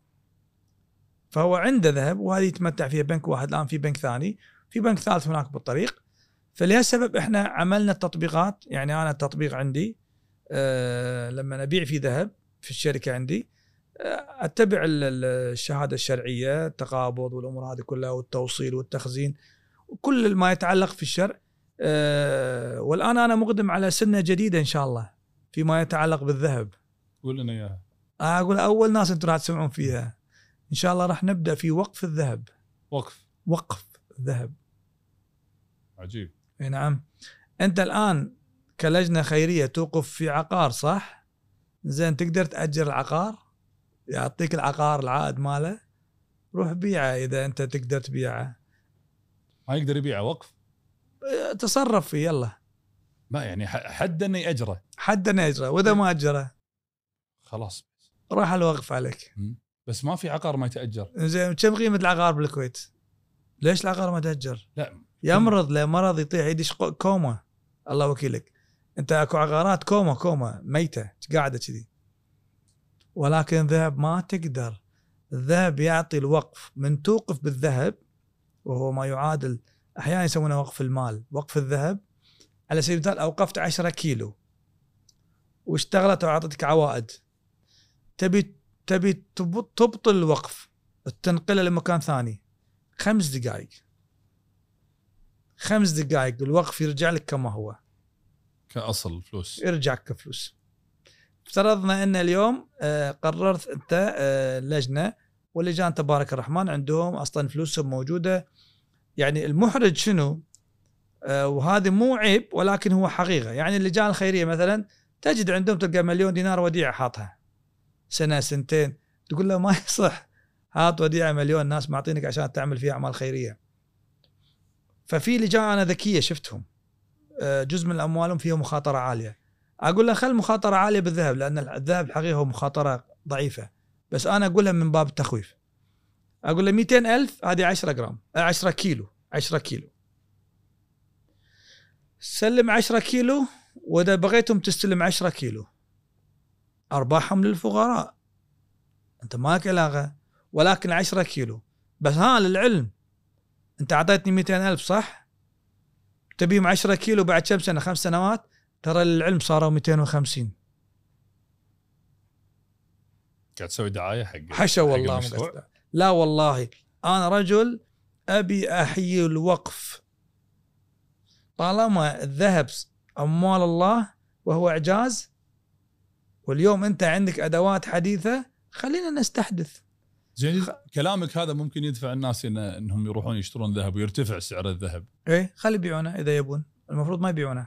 فهو عنده ذهب وهذه يتمتع فيها بنك واحد، الان في بنك ثاني، في بنك ثالث هناك بالطريق. فلهالسبب احنا عملنا التطبيقات. يعني انا التطبيق عندي أه لما نبيع في ذهب في الشركه عندي أه اتبع الشهاده الشرعيه، التقابض والامور هذه كلها، والتوصيل والتخزين وكل ما يتعلق في الشرع. أه والآن أنا مقدم على سنة جديدة إن شاء الله فيما يتعلق بالذهب. قول لنا إياها. أقول أول ناس أنتم راح تسمعون فيها إن شاء الله، راح نبدأ في وقف الذهب. وقف وقف الذهب. عجيب. نعم. أنت الآن كلجنة خيرية توقف في عقار، صح؟ زين، تقدر تأجر العقار، يعطيك العقار العائد ماله، روح بيعه إذا أنت تقدر تبيعه. ما يقدر يبيعه، وقف، تصرف فيه يلا. ما يعني حد انه يأجره، حد انه يأجره، واذا ما أجره خلاص راح الوقف عليك. بس ما في عقار ما يتأجر. زين، كم قيمة العقار بالكويت؟ ليش العقار ما تأجر؟ لا يمرض، لا مرض يطيح يدش كوما، الله وكيلك. انت اكو عقارات كوما كوما ميتة قاعدة كذي، ولكن ذهب ما تقدر. الذهب يعطي الوقف، من توقف بالذهب وهو ما يعادل، أحيانا يسمونه وقف المال، وقف الذهب. على سبيل المثال أوقفت عشرة كيلو واشتغلت وعطتك عوائد، تبي تبي تبطل الوقف، تنقله لمكان ثاني، خمس دقائق خمس دقائق الوقف يرجع لك كما هو كأصل فلوس، يرجع كفلوس. افترضنا أن اليوم قررت أنت لجنة، واللجان تبارك الرحمن عندهم أصلا فلوسهم موجودة. يعني المحرج شنو؟ آه وهذا مو عيب ولكن هو حقيقة. يعني اللجان الخيرية مثلا تجد عندهم تلقى مليون دينار وديعة حاطها سنة سنتين، تقول له ما يصح، حاط وديعة مليون، ناس معطينك عشان تعمل فيها أعمال خيرية. ففي لجان أنا ذكية شفتهم، آه جزء من أموالهم فيها مخاطرة عالية، أقول له خل مخاطرة عالية بالذهب، لأن الذهب الحقيقة هو مخاطرة ضعيفة، بس أنا أقولها من باب التخويف. أقول له مئتين ألف هذه عشرة جرام، عشرة كيلو، عشرة كيلو سلم عشرة كيلو، واذا بغيتم تستلم عشرة كيلو، ارباحهم للفقراء، انت مالك علاقه، ولكن عشرة كيلو بس. ها للعلم، انت اعطيتني مئتين ألف صح، تبيهم عشرة كيلو بعد كم سنه، خمس سنوات، ترى للعلم صاروا مئتين وخمسين. قاعد تسوي دعايه حق حشا والله المشروع؟ لا والله، انا رجل ابي احيي الوقف. طالما الذهب اموال الله وهو اعجاز، واليوم انت عندك ادوات حديثه، خلينا نستحدث. زين خ... كلامك هذا ممكن يدفع الناس إن انهم يروحون يشترون ذهب ويرتفع سعر الذهب. ايه خلي يبيعونه اذا يبون، المفروض ما يبيعونه.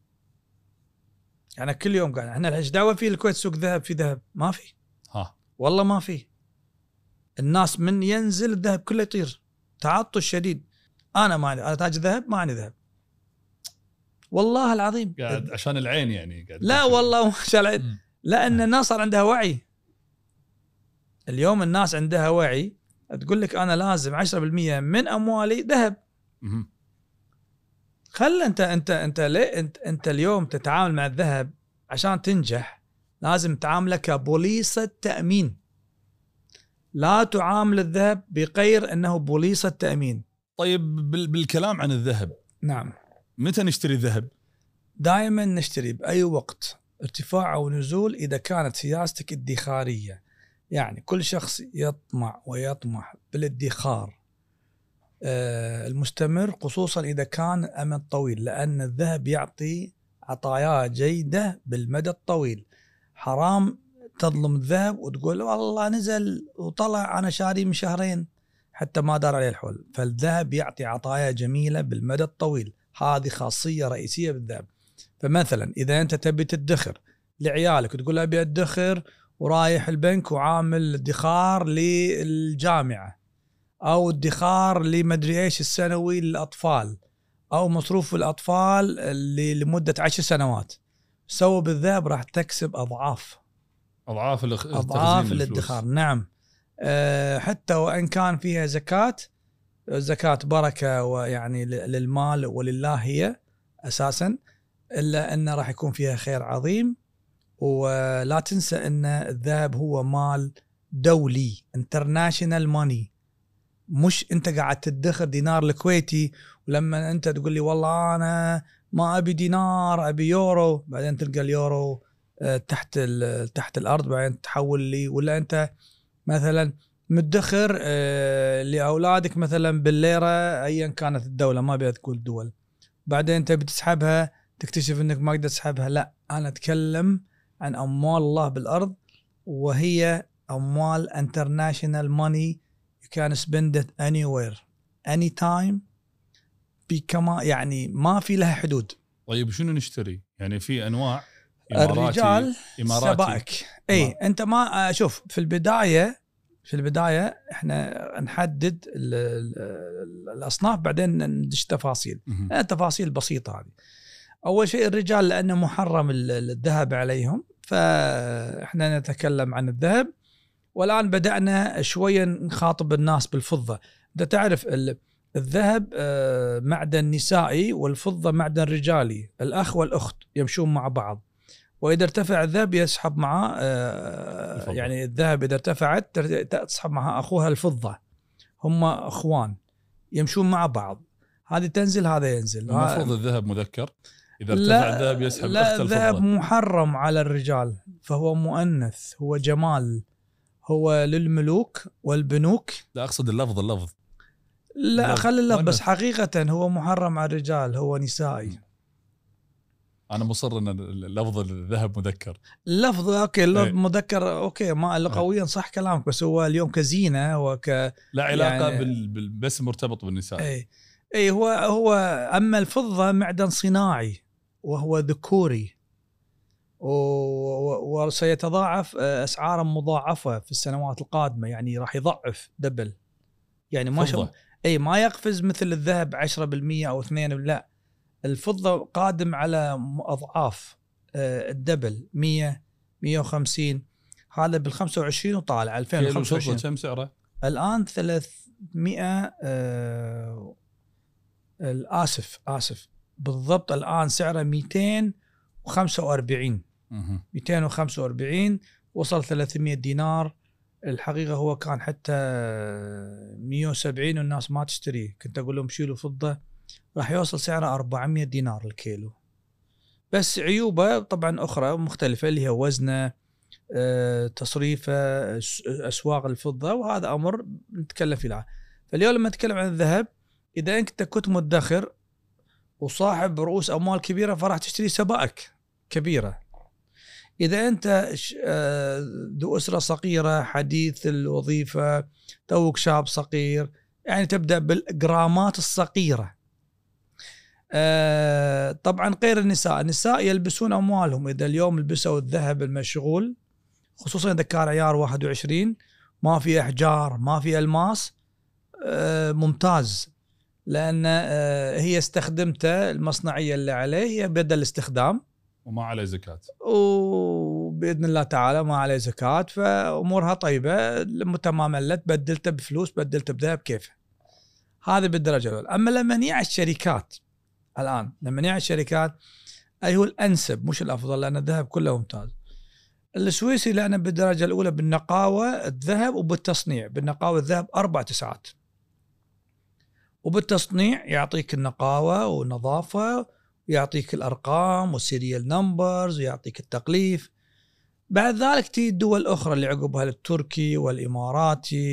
يعني كل يوم قاعد احنا ايش دعوه في الكويت سوق ذهب، في ذهب ما في، ها والله ما في. الناس من ينزل الذهب كله يطير، تعطش شديد. انا ما انا تاجر ذهب، ما عندي ذهب والله العظيم. قاعد عشان العين يعني قاعد. لا والله عشان العين، لان الناس صار عندها وعي. اليوم الناس عندها وعي، تقول لك انا لازم عشرة بالمئة من اموالي ذهب. خل انت انت انت ليه انت انت اليوم تتعامل مع الذهب عشان تنجح، لازم تعامله كبوليصة تأمين. لا تعامل الذهب بغير انه بوليصة تأمين. طيب بالكلام عن الذهب، نعم، متى نشتري ذهب؟ دائما نشتري بأي وقت، ارتفاع أو نزول، إذا كانت سياستك ادخارية. يعني كل شخص يطمع ويطمح بالادخار المستمر، خصوصا إذا كان أمد طويل، لأن الذهب يعطي عطايا جيدة بالمدى الطويل. حرام تظلم الذهب وتقول والله نزل وطلع أنا شاري من شهرين حتى ما دار عليه الحول. فالذهب يعطي عطايا جميلة بالمدى الطويل، هذه خاصية رئيسية بالذهب. فمثلا إذا أنت تبي تدخر لعيالك وتقول أبي أدخر ورايح البنك وعامل ادخار للجامعة، أو ادخار لمدري إيش السنوي للأطفال، أو مصروف الأطفال اللي لمدة عشر سنوات، سووا بالذهب راح تكسب أضعاف أضعاف أضعاف الادخار. نعم، أه حتى وإن كان فيها زكاة، زكاة بركة ويعني للمال ولله هي أساسا، إلا أنه راح يكون فيها خير عظيم. ولا تنسى أن الذهب هو مال دولي، international money، مش أنت قاعد تدخر دينار الكويتي ولما أنت تقول لي والله أنا ما أبي دينار أبي يورو، بعدين تلقى اليورو تحت تحت الأرض بعدين تحول لي. ولا أنت مثلا مدخر لأولادك مثلا بالليرة أيا كانت الدولة، ما بيها تقول دول، بعدين أنت بتسحبها تكتشف أنك ما قدرت تسحبها. لا، أنا أتكلم عن أموال الله بالأرض، وهي أموال international money you can spend it anywhere anytime بكما، يعني ما في لها حدود. طيب شنو نشتري؟ يعني في أنواع إماراتي، الرجال إماراتي سبائك. أي ما. أنت ما شوف في البداية في البداية إحنا نحدد ال ال الأصناف، بعدين ندش تفاصيل. التفاصيل بسيطة هذه. أول شيء الرجال لأنه محرم الذهب عليهم، فإحنا نتكلم عن الذهب. والآن بدأنا شوية نخاطب الناس بالفضة. أنت تعرف الذهب معدن نسائي والفضة معدن رجالي، الأخ والأخت يمشون مع بعض، وإذا ارتفع الذهب يسحب معه يعني الذهب إذا ارتفعت تسحب معها أخوها الفضة، هم أخوان يمشون مع بعض، هذه تنزل هذا ينزل. المفروض الذهب مذكر، إذا ارتفع الذهب يسحب أخت الفضة. لا، الذهب محرم على الرجال، فهو مؤنث، هو جمال، هو للملوك والبنوك. لا أقصد اللفظ اللفظ لا خلي اللفظ، بس حقيقة هو محرم على الرجال، هو نسائي. أنا مصر أن اللفظ الذهب مذكر. اللفظ أوكي، اللفظ ايه. مذكر أوكي، ما لغويا صح كلامك، بس هو اليوم كزينة وك لا علاقة يعني بال... بس مرتبط بالنساء. أي أي هو هو أما الفضة معدن صناعي وهو ذكوري، وسيتضاعف أسعارا مضاعفة في السنوات القادمة، يعني راح يضعف دبل، يعني ما شاء أي ما يقفز مثل الذهب عشرة بالمئة أو اثنين، لا الفضة قادم على أضعاف الدبل، مية مية وخمسين، هذا بالخمسة وعشرين وطالع ألفين وخمسة وعشرين. كم سعره الآن ثلاثمئة آه... آسف آسف بالضبط الآن سعره مئتين وخمسة وأربعين مئتين وخمسة وأربعين، وصل ثلاثمئة دينار. الحقيقة هو كان حتى مئة وسبعين والناس ما تشتريه، كنت أقول لهم شيلوا فضة، راح يوصل سعره أربعمئة دينار الكيلو. بس عيوبه طبعا أخرى مختلفة اللي هي وزنه، أه، تصريفه، أسواق الفضة، وهذا أمر نتكلم فيه الآن. فاليوم لما نتكلم عن الذهب، إذا أنت كنت مدخر وصاحب رؤوس أموال كبيرة فراح تشتري سبائك كبيرة. إذا أنت ذو أسرة صغيرة حديث الوظيفة توك شاب صغير، يعني تبدأ بالجرامات الصغيرة. طبعا غير النساء، النساء يلبسون أموالهم، إذا اليوم لبسوا الذهب المشغول خصوصا إذا كان عيار واحد وعشرين ما في أحجار ما في ألماس، ممتاز، لأن هي استخدمته المصنعية اللي عليه هي بدل الاستخدام وما عليه زكاة، وبإذن الله تعالى ما عليه زكاة، فأمورها طيبة. لما تمام ملت بدلته بفلوس بدلته بذهب كيف، هذا بالدرجة الأولى. أما لما نيع الشركات الآن، لما نيع الشركات أي هو الأنسب مش الأفضل، لأن الذهب كله ممتاز. السويسي لأنه بالدرجة الأولى بالنقاوة الذهب وبالتصنيع. بالنقاوة الذهب أربع تسعات، وبالتصنيع يعطيك النقاوة والنظافة، ويعطيك الأرقام والسيريال نمبرز، ويعطيك التقليف. بعد ذلك تيجي الدول الأخرى اللي عقبها التركي والإماراتي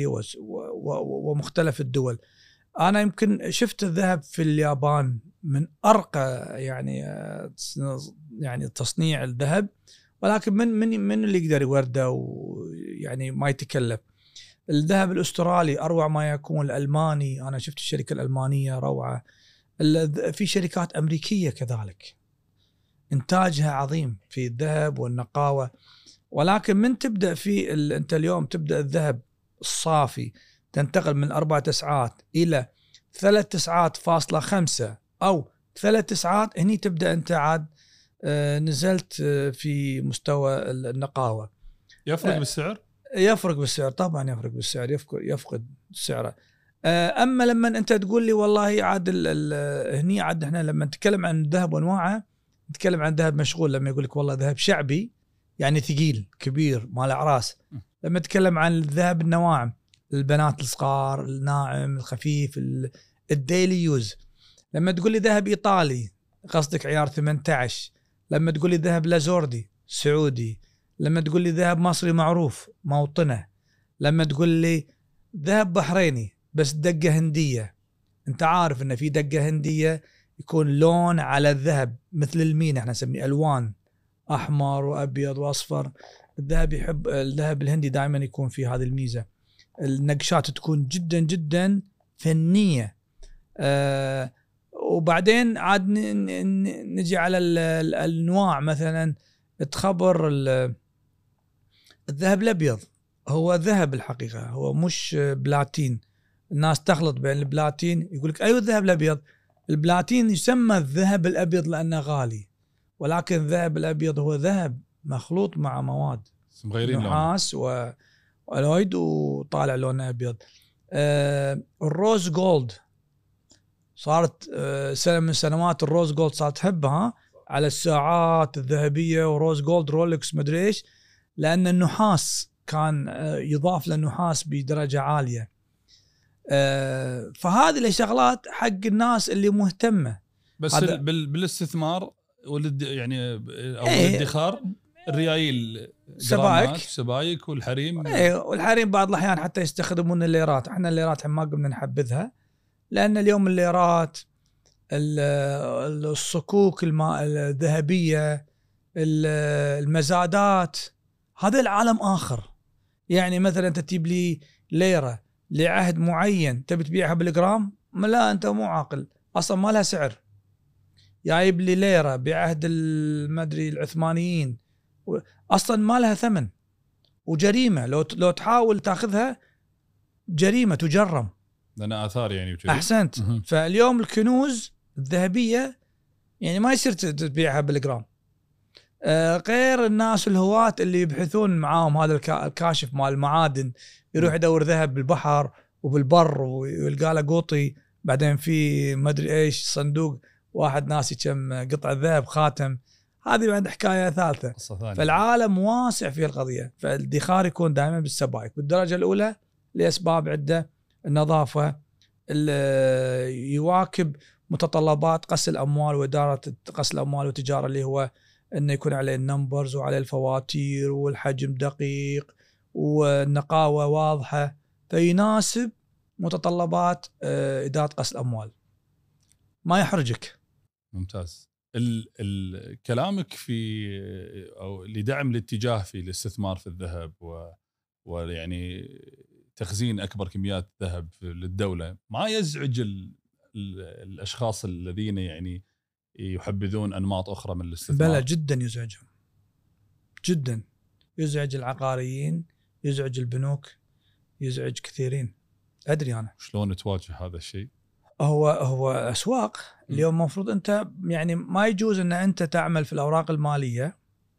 ومختلف الدول. أنا يمكن شفت الذهب في اليابان من أرقى يعني يعني تصنيع الذهب، ولكن من من من اللي يقدر يورده ويعني ما يتكلف. الذهب الأسترالي أروع ما يكون. الألماني أنا شفت الشركة الألمانية روعة. في شركات أمريكية كذلك إنتاجها عظيم في الذهب والنقاوة. ولكن من تبدأ في أنت اليوم تبدأ الذهب الصافي تنتقل من أربع تسعات إلى ثلاث تسعات فاصلة خمسة أو ثلاث تسعات، هني تبدأ أنت عاد نزلت في مستوى النقاوة. يفرق بالسعر؟ يفرق بالسعر طبعا، يفرق بالسعر، يفقد يفقد سعره. أما لما أنت تقول لي والله عاد هني عاد إحنا لما نتكلم عن الذهب وأنواعه نتكلم عن ذهب مشغول. لما يقول لك والله ذهب شعبي يعني ثقيل كبير مال أعراس. لما نتكلم عن الذهب النواعم، البنات الصغار، الناعم الخفيف، الديلي يوز. لما تقول لي ذهب إيطالي قصدك عيار ثمانية عشر. لما تقول لي ذهب لازوردي سعودي. لما تقول لي ذهب مصري معروف موطنه. لما تقول لي ذهب بحريني بس دقة هندية، انت عارف ان في دقة هندية يكون لون على الذهب مثل المين، احنا نسميه الوان احمر وابيض واصفر. الذهب يحب الذهب الهندي دائما يكون في هذه الميزة، النقشات تكون جدا جدا فنية. آه وبعدين عاد نجي على الانواع، مثلا تخبر الذهب الابيض هو ذهب الحقيقة، هو مش بلاتين. الناس تخلط بين البلاتين، يقولك أيوة الذهب الأبيض. البلاتين يسمى الذهب الأبيض لأنه غالي، ولكن الذهب الأبيض هو ذهب مخلوط مع مواد نحاس والويد وطالع لونه أبيض. آه الروز جولد صارت آه سنة من سنوات، الروز جولد صارت تحبها على الساعات الذهبية، وروز جولد رولكس مدري إيش، لأن النحاس كان يضاف للنحاس بدرجة عالية. فهذه الشغلات حق الناس اللي مهتمة. بس بالاستثمار والد يعني أو ايه الادخار، الريايل سبايك سبايك والحريم ايه والحريم بعض الأحيان حتى يستخدمون الليرات. احنا الليرات ما قمنا نحبذها، لأن اليوم الليرات الصكوك الماء الذهبية المزادات هذا العالم آخر. يعني مثلا انت تجيب لي ليرة لعهد معين تبي تبيعها بالجرام، لا انت مو عاقل اصلا، ما لها سعر. جايب لي ليرة بعهد المدري العثمانيين اصلا ما لها ثمن، وجريمة لو لو تحاول تاخذها جريمة تجرم لأنها آثار يعني وجريمة. احسنت. فاليوم الكنوز الذهبية يعني ما يصير تبيعها بالجرام. غير الناس الهواة اللي يبحثون معاهم هذا الكاشف مال المعادن، يروح يدور ذهب بالبحر وبالبر ويلقى له قوطي، بعدين في مدري ايش صندوق واحد ناسي كم قطعة ذهب خاتم، هذه بعد حكاية ثالثة. قصة فالعالم واسع في القضية. فالادخار يكون دائما بالسبائك. بالدرجة الأولى لأسباب عدة: النظافة، يواكب متطلبات قص الأموال وإدارة قص الأموال والتجارة، اللي هو أنه يكون عليه النمبرز وعليه الفواتير والحجم دقيق والنقاوة واضحة، فيناسب متطلبات إدارة قص الأموال، ما يحرجك. ممتاز. ال ال كلامك في أو لدعم الاتجاه في الاستثمار في الذهب و ويعني تخزين أكبر كميات ذهب للدولة، ما يزعج ال ال الأشخاص الذين يعني يحبذون أنماط أخرى من الاستثمار؟ بلى جدا يزعجهم، جدا يزعج العقاريين، يزعج البنوك، يزعج كثيرين. أدري أنا. شلون تواجه هذا الشيء؟ هو هو أسواق اليوم مفروض أنت يعني ما يجوز أن أنت تعمل في الأوراق المالية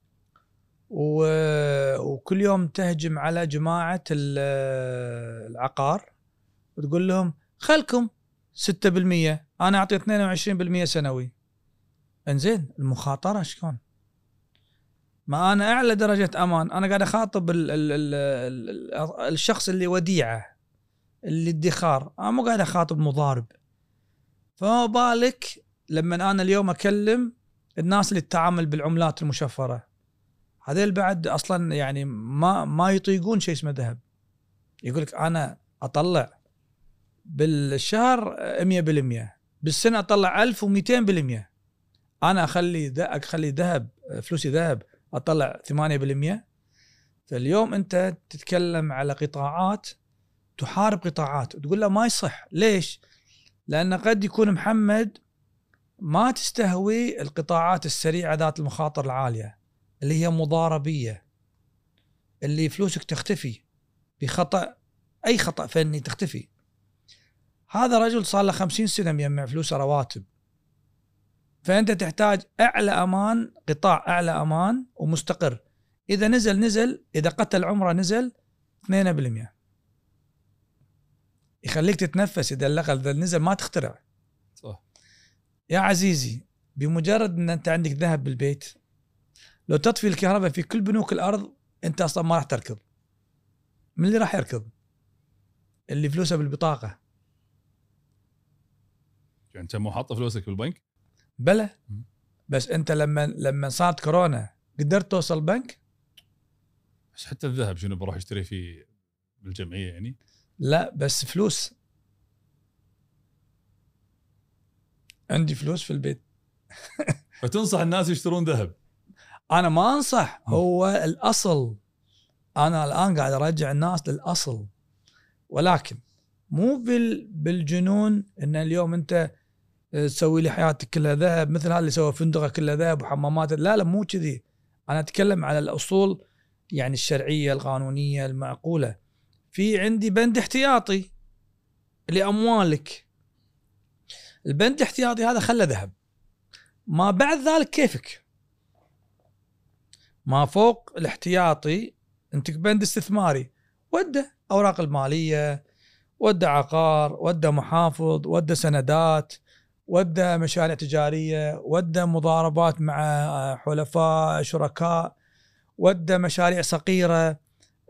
وكل يوم تهجم على جماعة العقار وتقول لهم خلكم ستة بالمية أنا أعطي اثنين وعشرين بالمية سنوي. انزين المخاطرة شكون؟ ما أنا أعلى درجة أمان، أنا قاعد أخاطب ال ال ال ال الشخص اللي وديعة، اللي ادخار، أنا مو قاعد أخاطب مضارب. فما بالك لما أنا اليوم أكلم الناس اللي تتعامل بالعملات المشفرة، هذيل بعد أصلا يعني ما ما يطيقون شيء اسمه ذهب. يقولك أنا أطلع بالشهر مية بالمية، بالسنة أطلع ألف ومئتين بالمية، أنا أخلي أخلي ذهب فلوسي ذهب أطلع ثمانية بالمية. فاليوم أنت تتكلم على قطاعات تحارب قطاعات وتقول له ما يصح. ليش؟ لأن قد يكون محمد ما تستهوي القطاعات السريعة ذات المخاطر العالية اللي هي مضاربية، اللي فلوسك تختفي بخطأ، أي خطأ فني تختفي. هذا رجل صار له خمسين سنة مجمع فلوسه رواتب، فأنت تحتاج أعلى أمان، قطاع أعلى أمان ومستقر. إذا نزل نزل، إذا قتل عمره نزل اثنين بالمئة، يخليك تتنفس. إذا اللغل إذا نزل ما تخترع. صح يا عزيزي، بمجرد أن أنت عندك ذهب بالبيت، لو تطفي الكهرباء في كل بنوك الأرض أنت أصلا ما راح تركض. من اللي راح يركض؟ اللي فلوسه بالبطاقة. يعني أنت مو حاط فلوسك بالبنك؟ بلى، بس أنت لما لما صارت كورونا قدرت توصل بنك؟ بس حتى الذهب شنو بروح اشتري فيه بالجمعية يعني؟ لا بس فلوس. عندي فلوس في البيت. فتنصح الناس يشترون ذهب؟ أنا ما أنصح، هو الأصل. أنا الآن قاعد أرجع الناس للأصل، ولكن مو بال بالجنون إن اليوم أنت تسوي لي حياتك كلها ذهب مثل هذا اللي سوى فندقة كلها ذهب وحمامات. لا لا مو كذي. أنا أتكلم على الأصول يعني الشرعية القانونية المعقولة. في عندي بند احتياطي لأموالك، البند الاحتياطي هذا خله ذهب، ما بعد ذلك كيفك. ما فوق الاحتياطي انت بند استثماري، وده أوراق المالية، وده عقار، وده محافظ، وده سندات، وده مشاريع تجارية، وده مضاربات مع حلفاء شركاء، وده مشاريع صغيرة،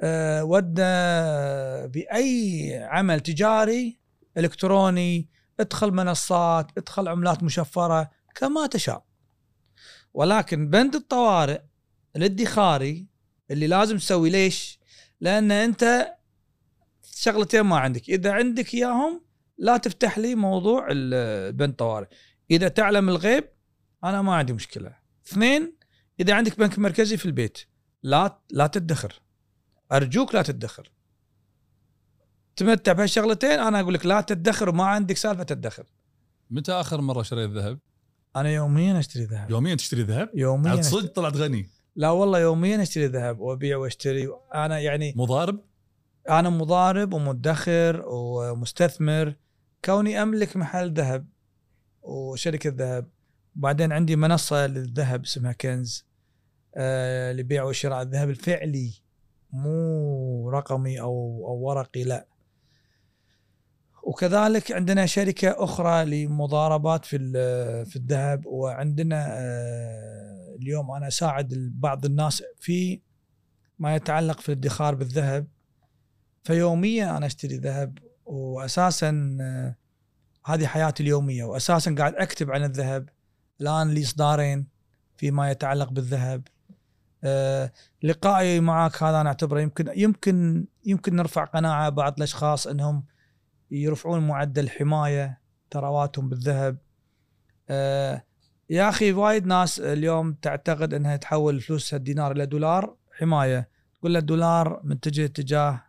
وده بأي عمل تجاري إلكتروني، ادخل منصات، ادخل عملات مشفرة كما تشاء. ولكن بند الطوارئ الادخاري اللي لازم تسوي. ليش؟ لأن أنت شغلتين ما عندك، إذا عندك إياهم لا تفتح لي موضوع البند الطوارئ. إذا تعلم الغيب أنا ما عندي مشكلة. اثنين، إذا عندك بنك مركزي في البيت لا لا تدخر، أرجوك لا تدخر. تمتع بهالشغلتين، أنا أقول لك لا تدخر وما عندك سالفة تدخر. متى آخر مرة شريت ذهب؟ أنا يوميا أشتري ذهب. يوميا تشتري ذهب؟ يوميا عاد صدق طلعت غني. لا والله يوميا أشتري ذهب وأبيع وأشتري. أنا يعني مضارب؟ أنا مضارب ومدخر ومستثمر، كوني أملك محل ذهب وشركة ذهب، وبعدين عندي منصة للذهب اسمها كنز آه لبيع وشراء الذهب الفعلي، مو رقمي أو, أو ورقي، لا. وكذلك عندنا شركة أخرى لمضاربات في في الذهب. وعندنا اليوم أنا أساعد بعض الناس في ما يتعلق في الادخار بالذهب، فيوميا أنا أشتري ذهب، وأساسا هذه حياتي اليومية، وأساسا قاعد أكتب عن الذهب. الآن لي إصدارين فيما يتعلق بالذهب. أه لقائي معك هذا أنا أعتبره يمكن يمكن يمكن نرفع قناعة بعض الأشخاص أنهم يرفعون معدل حماية ثرواتهم بالذهب. أه يا أخي وايد ناس اليوم تعتقد أنها تحول فلوسها الدينار إلى دولار حماية، تقول له الدولار متجه اتجاه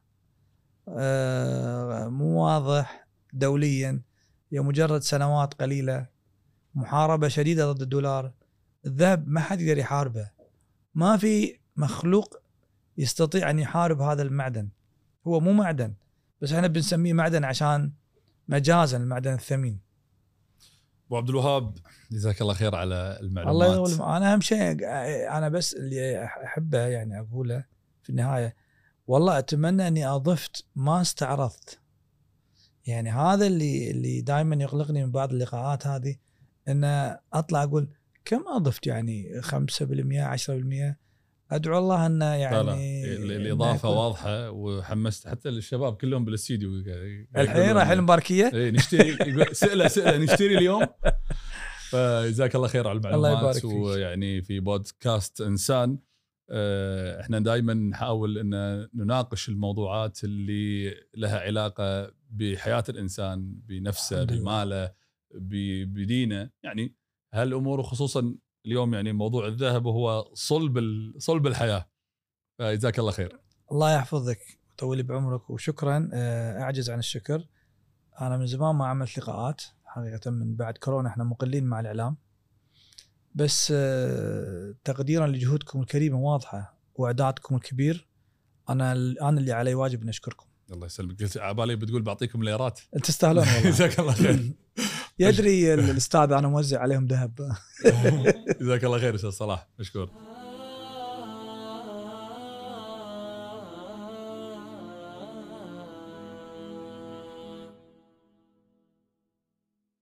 أه مو واضح دوليا، هي مجرد سنوات قليلة محاربة شديدة ضد الدولار. الذهب ما حد يقدر يحاربه، ما في مخلوق يستطيع أن يحارب هذا المعدن. هو مو معدن، بس احنا بنسميه معدن عشان مجازا المعدن الثمين. ابو عبد الوهاب جزاك الله خير على المعلومات. الله يطول. انا اهم شيء انا بس اللي احبه يعني اقوله في النهايه، والله اتمنى اني اضفت ما استعرضت. يعني هذا اللي اللي دائما يقلقني من بعض اللقاءات هذه، ان اطلع اقول كم اضفت، يعني خمسة بالمئة عشرة بالمئة. ادعو الله انه يعني لا لا الاضافه واضحه، وحمست حتى الشباب كلهم بالاستديو الحين رايحين المباركيه. اي نشتري سئله سئله نشتري اليوم. فجزاك الله خير على المعلومات. ويعني في بودكاست انسان احنا دائما نحاول ان نناقش الموضوعات اللي لها علاقه بحياه الانسان، بنفسه، بماله، بدينه، يعني هالامور. وخصوصا اليوم يعني موضوع الذهب هو صلب صلب الحياه. فجزاك الله خير. الله يحفظك ويطول بعمرك، وشكرا. اعجز عن الشكر. انا من زمان ما عملت لقاءات حقيقه، من بعد كورونا احنا مقلين مع الاعلام، بس تقديرا لجهودكم الكريمه واضحه واعدادكم الكبير، انا انا اللي علي واجب ان اشكركم. الله يسلمك. قلت عبالي بتقول بعطيكم ليرات. تستاهلون والله. جزاك الله خير. يدري الاستاذ انا موزع عليهم ذهب. جزاك الله خير استاذ صلاح، مشكور.